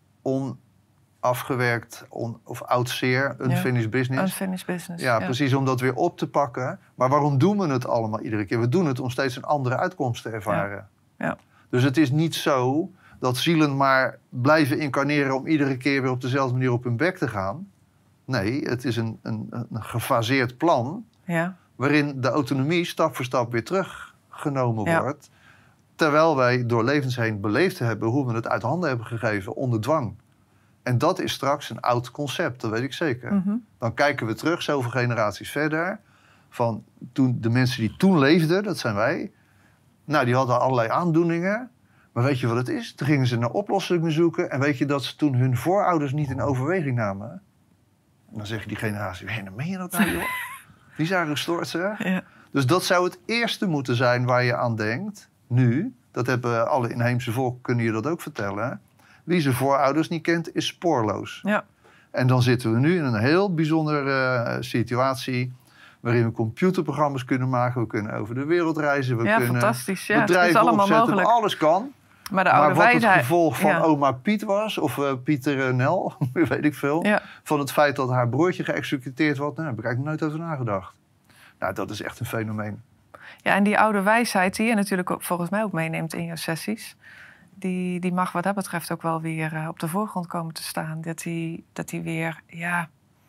onafgewerkt on, of oud zeer, unfinished ja. business. Unfinished business. Ja, ja, precies, om dat weer op te pakken. Maar waarom doen we het allemaal iedere keer? We doen het om steeds een andere uitkomst te ervaren. Ja. Ja. Dus het is niet zo dat zielen maar blijven incarneren om iedere keer weer op dezelfde manier op hun bek te gaan. Nee, het is een, een, een gefaseerd plan ja. waarin de autonomie stap voor stap weer teruggenomen ja. wordt. Terwijl wij door levens heen beleefd hebben hoe we het uit handen hebben gegeven onder dwang. En dat is straks een oud concept, dat weet ik zeker. Mm-hmm. Dan kijken we terug, zoveel generaties verder, van toen de mensen die toen leefden, dat zijn wij, nou, die hadden allerlei aandoeningen. Maar weet je wat het is? Toen gingen ze naar oplossingen zoeken. En weet je dat ze toen hun voorouders niet in overweging namen? En dan zeg je die generatie, hé, dan meen je dat nou, joh? Die zijn gestoord, zeg. Ja. Dus dat zou het eerste moeten zijn waar je aan denkt. Nu, dat hebben alle inheemse volken, kunnen je dat ook vertellen. Wie zijn voorouders niet kent, is spoorloos. Ja. En dan zitten we nu in een heel bijzondere uh, situatie waarin we computerprogramma's kunnen maken. We kunnen over de wereld reizen. We ja, kunnen fantastisch. Ja, bedrijven het is allemaal opzetten. Mogelijk. Alles kan. Maar, de oude maar wat wijsheid, het gevolg van ja. oma Piet was, of uh, Pieter uh, Nel, weet ik veel, ja. van het feit dat haar broertje geëxecuteerd wordt, nou, daar heb ik eigenlijk nooit over nagedacht. Nou, dat is echt een fenomeen. Ja, en die oude wijsheid die je natuurlijk ook, volgens mij ook meeneemt in je sessies, die, die mag wat dat betreft ook wel weer uh, op de voorgrond komen te staan. Dat die, dat die weer, ja,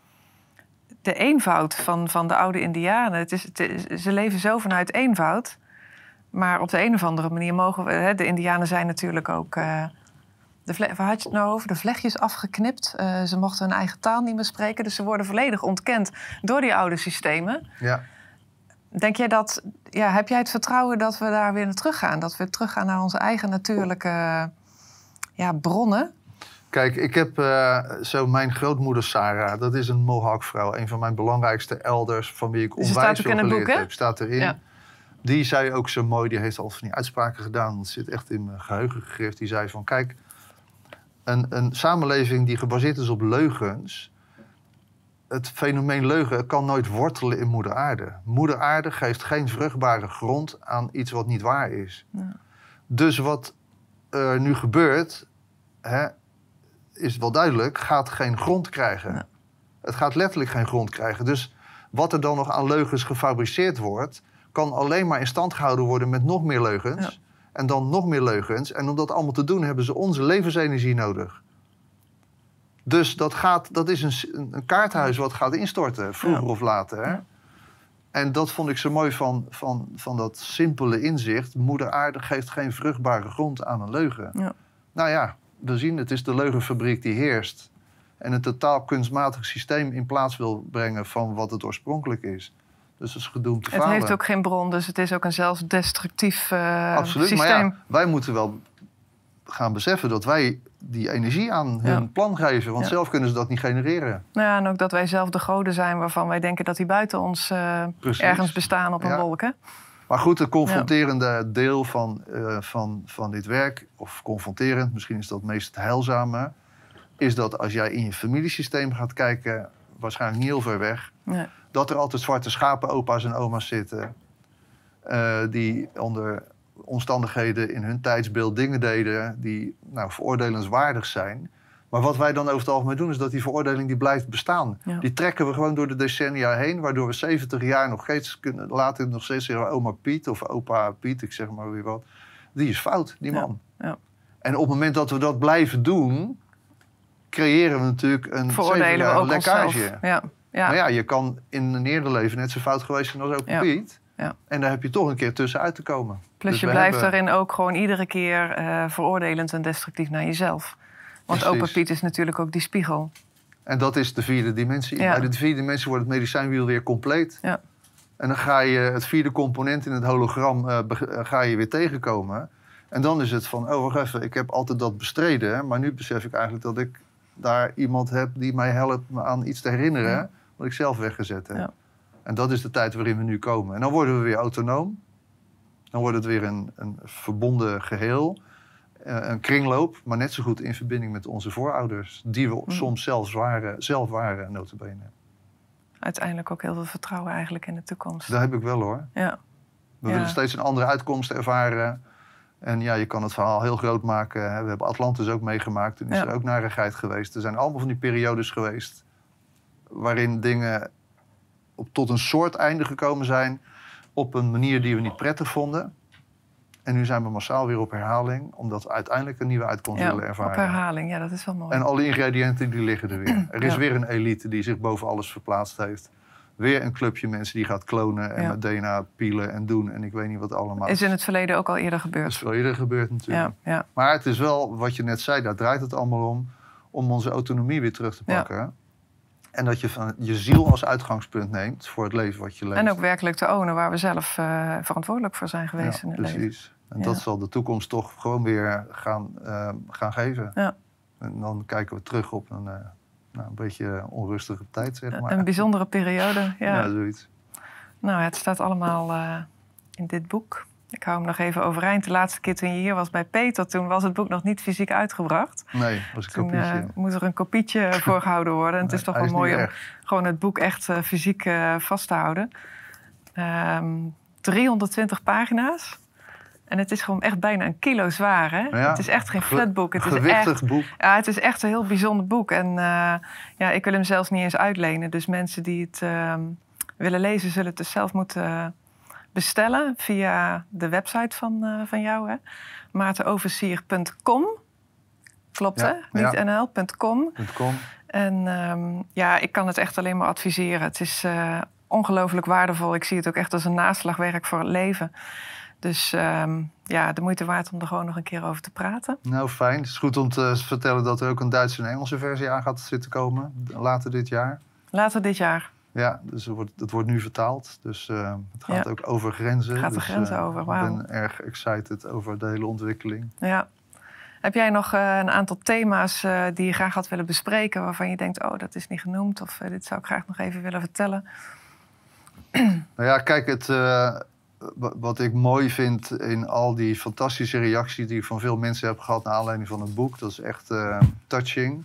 de eenvoud van, van de oude Indianen. Het is, het is, ze leven zo vanuit eenvoud. Maar op de een of andere manier mogen we... Hè, de Indianen zijn natuurlijk ook... Uh, de vle- waar had je het nou over? De vlechtjes afgeknipt. Uh, ze mochten hun eigen taal niet meer spreken. Dus ze worden volledig ontkend door die oude systemen. Ja. Denk jij dat... Ja, heb jij het vertrouwen dat we daar weer naar terug gaan? Dat we teruggaan naar onze eigen natuurlijke ja, bronnen? Kijk, ik heb uh, zo mijn grootmoeder Sarah. Dat is een Mohawk-vrouw. Een van mijn belangrijkste elders van wie ik dus onwijs veel geleerd boek, heb. Staat erin. Ja. Die zei ook zo mooi, die heeft al van die uitspraken gedaan. Dat zit echt in mijn geheugen gegrift. Die zei van, kijk, een, een samenleving die gebaseerd is op leugens. Het fenomeen leugen kan nooit wortelen in moeder aarde. Moeder aarde geeft geen vruchtbare grond aan iets wat niet waar is. Ja. Dus wat er nu gebeurt, hè, is wel duidelijk, gaat geen grond krijgen. Ja. Het gaat letterlijk geen grond krijgen. Dus wat er dan nog aan leugens gefabriceerd wordt, kan alleen maar in stand gehouden worden met nog meer leugens. Ja. En dan nog meer leugens. En om dat allemaal te doen hebben ze onze levensenergie nodig. Dus dat, gaat, dat is een, een kaarthuis wat gaat instorten, vroeger ja. of later. Ja. En dat vond ik zo mooi van, van, van dat simpele inzicht. Moeder Aarde geeft geen vruchtbare grond aan een leugen. Ja. Nou ja, we zien het is de leugenfabriek die heerst. En een totaal kunstmatig systeem in plaats wil brengen van wat het oorspronkelijk is. Dus dat is gedoemd te falen. Het heeft ook geen bron, dus het is ook een zelfdestructief uh, Absoluut, systeem. Maar ja, wij moeten wel gaan beseffen dat wij die energie aan hun ja. plan geven. Want ja. zelf kunnen ze dat niet genereren. Nou ja, en ook dat wij zelf de goden zijn waarvan wij denken dat die buiten ons uh, ergens bestaan op een ja. wolk. Hè? Maar goed, het confronterende ja. deel van, uh, van, van dit werk, of confronterend, misschien is dat het meest heilzame, is dat als jij in je familiesysteem gaat kijken, waarschijnlijk niet heel ver weg, nee. dat er altijd zwarte schapen, opa's en oma's zitten, uh, die onder omstandigheden in hun tijdsbeeld dingen deden die nou, veroordelenswaardig zijn. Maar wat wij dan over het algemeen doen, is dat die veroordeling die blijft bestaan. Ja. Die trekken we gewoon door de decennia heen, waardoor we zeventig jaar nog steeds kunnen, later nog steeds zeggen, oma Piet of opa Piet, ik zeg maar weer wat. Die is fout, die man. Ja. Ja. En op het moment dat we dat blijven doen, creëren we natuurlijk een veroordelen we ook lekkage. Ja. Ja. Maar ja, je kan in een eerder leven net zo fout geweest zijn als opa ja. Piet. Ja. En daar heb je toch een keer tussenuit te komen. Plus dus je blijft hebben... daarin ook gewoon iedere keer uh, veroordelend en destructief naar jezelf. Want Precies. opa Piet is natuurlijk ook die spiegel. En dat is de vierde dimensie. Ja. Bij de vierde dimensie wordt het medicijnwiel weer compleet. Ja. En dan ga je het vierde component in het hologram uh, ga je weer tegenkomen. En dan is het van, oh wacht even, ik heb altijd dat bestreden. Maar nu besef ik eigenlijk dat ik daar iemand heb die mij helpt me aan iets te herinneren. Ja. Wat ik zelf weggezet heb. Ja. En dat is de tijd waarin we nu komen. En dan worden we weer autonoom. Dan wordt het weer een, een verbonden geheel. Uh, een kringloop, maar net zo goed in verbinding met onze voorouders. Die we mm. soms zelfs waren, zelf waren, nota bene. Uiteindelijk ook heel veel vertrouwen eigenlijk in de toekomst. Dat heb ik wel hoor. Ja. We ja. willen steeds een andere uitkomst ervaren. En ja, je kan het verhaal heel groot maken. We hebben Atlantis ook meegemaakt. Toen is ja. er ook narigheid geweest. Er zijn allemaal van die periodes geweest waarin dingen op tot een soort einde gekomen zijn op een manier die we niet prettig vonden. En nu zijn we massaal weer op herhaling, omdat we uiteindelijk een nieuwe uitkomst ja, willen ervaren. Op herhaling, ja, dat is wel mooi. En alle ingrediënten die liggen er weer. Er is ja. weer een elite die zich boven alles verplaatst heeft. Weer een clubje mensen die gaat klonen en ja. met D N A pielen en doen en ik weet niet wat allemaal. Is in het verleden ook al eerder gebeurd. Dat is wel eerder gebeurd natuurlijk. Ja, ja. Maar het is wel, wat je net zei, daar draait het allemaal om, om onze autonomie weer terug te pakken. Ja. En dat je van je ziel als uitgangspunt neemt voor het leven wat je leeft. En ook werkelijk te ownen waar we zelf uh, verantwoordelijk voor zijn geweest ja, in het precies. leven. Precies. En ja. dat zal de toekomst toch gewoon weer gaan, uh, gaan geven. Ja. En dan kijken we terug op een, uh, nou, een beetje onrustige tijd, zeg maar. Een bijzondere periode, ja. Ja, zoiets. Nou, het staat allemaal uh, in dit boek. Ik hou hem nog even overeind. De laatste keer toen je hier was bij Peter, toen was het boek nog niet fysiek uitgebracht. Nee, was een toen, kopietje. Uh, moest er een kopietje voor gehouden worden. En het nee, is toch wel mooi om erg. gewoon het boek echt uh, fysiek uh, vast te houden. Um, driehonderdtwintig pagina's. En het is gewoon echt bijna een kilo zwaar, hè? Ja, het is echt geen flatboek. Het is gewichtig echt, boek. Ja, het is echt een heel bijzonder boek. En uh, ja, ik wil hem zelfs niet eens uitlenen. Dus mensen die het uh, willen lezen, zullen het dus zelf moeten uh, bestellen via de website van, uh, van jou, hè? maartenoversier punt com. Klopt, ja, hè? Niet ja. N L punt com. .com. En um, ja, ik kan het echt alleen maar adviseren. Het is uh, ongelooflijk waardevol. Ik zie het ook echt als een naslagwerk voor het leven. Dus um, ja, de moeite waard om er gewoon nog een keer over te praten. Nou, fijn. Het is goed om te vertellen dat er ook een Duitse en Engelse versie aan gaat zitten komen. Later dit jaar. Later dit jaar. Ja, dus het wordt, het wordt nu vertaald. Dus uh, het gaat ja. ook over grenzen. Het gaat de dus, grenzen uh, over, wauw. Ik ben erg excited over de hele ontwikkeling. Ja. Heb jij nog uh, een aantal thema's uh, die je graag had willen bespreken, waarvan je denkt, oh, dat is niet genoemd, of uh, dit zou ik graag nog even willen vertellen? Nou ja, kijk, het, uh, wat ik mooi vind in al die fantastische reacties die ik van veel mensen heb gehad naar aanleiding van het boek, dat is echt uh, touching.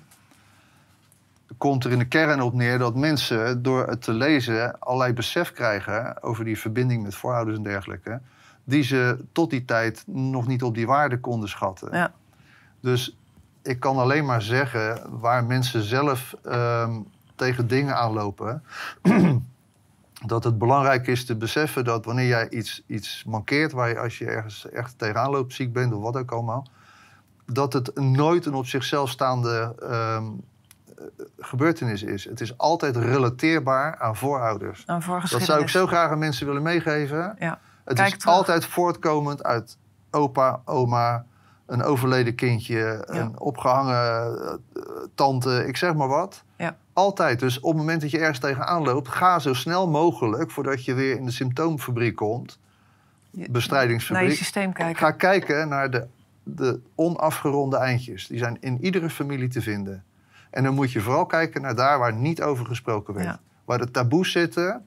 Komt er in de kern op neer dat mensen door het te lezen allerlei besef krijgen over die verbinding met voorouders en dergelijke, die ze tot die tijd nog niet op die waarde konden schatten. Ja. Dus ik kan alleen maar zeggen, waar mensen zelf um, tegen dingen aanlopen, dat het belangrijk is te beseffen dat wanneer jij iets, iets mankeert, waar je, als je ergens echt tegenaan loopt, ziek bent of wat ook allemaal, dat het nooit een op zichzelf staande um, gebeurtenis is. Het is altijd relateerbaar aan voorouders. Aan dat zou ik zo graag aan mensen willen meegeven. Ja. Het Kijk is terug. altijd voortkomend uit opa, oma, een overleden kindje, Ja. een opgehangen uh, tante, ik zeg maar wat. Ja. Altijd. Dus op het moment dat je ergens tegenaan loopt, ga zo snel mogelijk, voordat je weer in de symptoomfabriek komt, bestrijdingsfabriek, naar je systeem kijken. Ga kijken naar de, de onafgeronde eindjes. Die zijn in iedere familie te vinden. En dan moet je vooral kijken naar daar waar niet over gesproken werd. Ja. Waar de taboes zitten.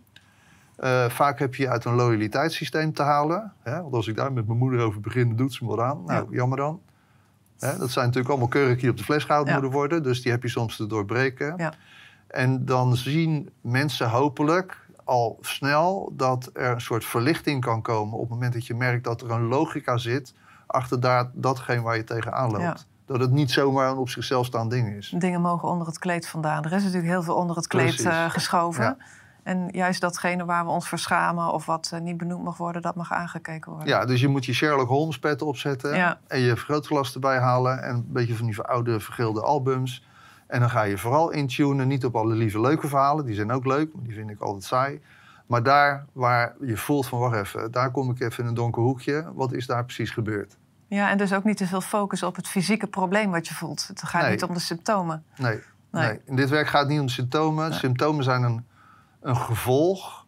Uh, vaak heb je uit een loyaliteitssysteem te halen. Hè? Want als ik daar met mijn moeder over begin, dan doet ze me wel aan. Nou, ja. Jammer dan. Hè? Dat zijn natuurlijk allemaal keurig die op de fles gehaald ja. moeten worden. Dus die heb je soms te doorbreken. Ja. En dan zien mensen hopelijk al snel dat er een soort verlichting kan komen op het moment dat je merkt dat er een logica zit achter daar, datgene waar je tegenaan loopt. Ja. Dat het niet zomaar een op zichzelf staand ding is. Dingen mogen onder het kleed vandaan. Er is natuurlijk heel veel onder het kleed uh, geschoven. Ja. En juist datgene waar we ons voor schamen of wat uh, niet benoemd mag worden, dat mag aangekeken worden. Ja, dus je moet je Sherlock Holmes pet opzetten ja. en je vergrootglas erbij halen en een beetje van die oude vergeelde albums. En dan ga je vooral intunen, niet op alle lieve leuke verhalen, die zijn ook leuk, maar die vind ik altijd saai. Maar daar waar je voelt van, wacht even, daar kom ik even in een donker hoekje. Wat is daar precies gebeurd? Ja, en dus ook niet te veel focus op het fysieke probleem wat je voelt. Het gaat nee. niet om de symptomen. Nee, nee. nee, in dit werk gaat het niet om de symptomen. Nee. Symptomen zijn een, een gevolg.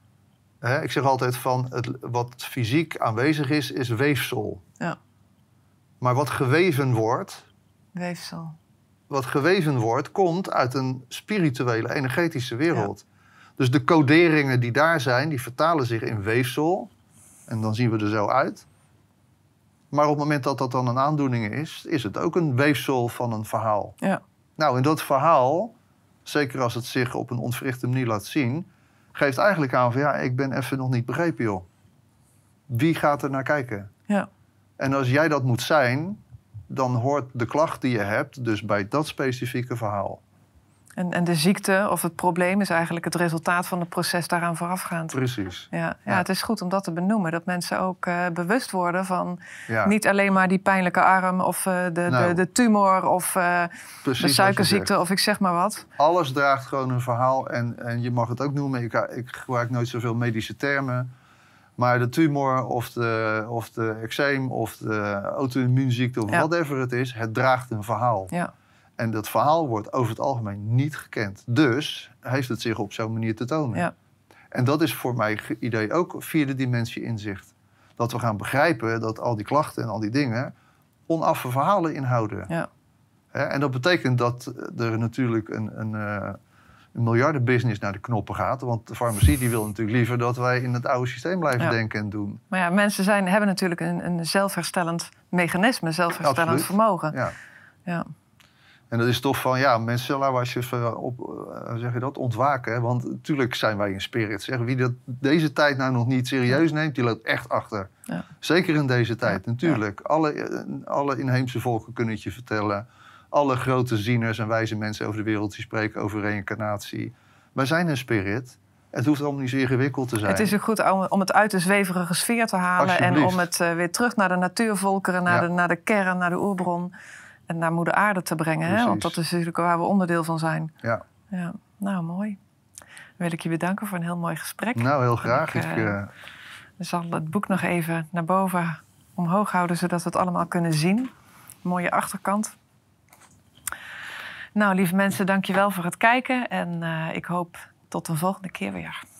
Hè, ik zeg altijd van, het, wat fysiek aanwezig is, is weefsel. Ja. Maar wat geweven wordt... Weefsel. Wat geweven wordt, komt uit een spirituele, energetische wereld. Ja. Dus de coderingen die daar zijn, die vertalen zich in weefsel. En dan zien we er zo uit. Maar op het moment dat dat dan een aandoening is, is het ook een weefsel van een verhaal. Ja. Nou, en dat verhaal, zeker als het zich op een ontwrichte manier laat zien, geeft eigenlijk aan van, ja, ik ben even nog niet begrepen, joh. Wie gaat er naar kijken? Ja. En als jij dat moet zijn, dan hoort de klacht die je hebt dus bij dat specifieke verhaal. En, en de ziekte of het probleem is eigenlijk het resultaat van het proces daaraan voorafgaand. Precies. Ja, ja, ja, het is goed om dat te benoemen. Dat mensen ook uh, bewust worden van ja. niet alleen maar die pijnlijke arm of uh, de, nou, de, de tumor of uh, de suikerziekte of ik zeg maar wat. Alles draagt gewoon een verhaal en, en je mag het ook noemen. Ik, ik gebruik nooit zoveel medische termen. Maar de tumor of de, of de eczeem of de auto-immuunziekte of ja. whatever het is, het draagt een verhaal. Ja. En dat verhaal wordt over het algemeen niet gekend. Dus heeft het zich op zo'n manier te tonen. Ja. En dat is voor mij idee ook vierde dimensie inzicht. Dat we gaan begrijpen dat al die klachten en al die dingen onaffe verhalen inhouden. Ja. He, en dat betekent dat er natuurlijk een, een, uh, een miljardenbusiness naar de knoppen gaat. Want de farmacie die wil natuurlijk liever dat wij in het oude systeem blijven ja. denken en doen. Maar ja, mensen zijn, hebben natuurlijk een, een zelfherstellend mechanisme, zelfherstellend Absoluut. vermogen. Ja. Ja. En dat is toch van, ja, mensen, laten we alsjeblieft op, uh, zeg je dat, ontwaken. Hè? Want natuurlijk zijn wij in spirit. Zeg, wie dat deze tijd nou nog niet serieus neemt, die loopt echt achter. Ja. Zeker in deze tijd, ja. natuurlijk. Ja. Alle, alle inheemse volken kunnen het je vertellen. Alle grote zieners en wijze mensen over de wereld die spreken over reïncarnatie. Wij zijn een spirit. Het hoeft allemaal niet zo ingewikkeld te zijn. Het is ook goed om, om het uit de zweverige sfeer te halen. En om het uh, weer terug naar de natuurvolkeren, naar, ja. de, naar de kern, naar de oerbron. En naar moeder aarde te brengen, hè? Want dat is natuurlijk waar we onderdeel van zijn. Ja. Ja. Nou, mooi. Dan wil ik je bedanken voor een heel mooi gesprek. Nou, heel graag. Ik uh, uh... zal het boek nog even naar boven omhoog houden, zodat we het allemaal kunnen zien. Mooie achterkant. Nou, lieve mensen, dank je wel voor het kijken. En uh, ik hoop tot de volgende keer weer.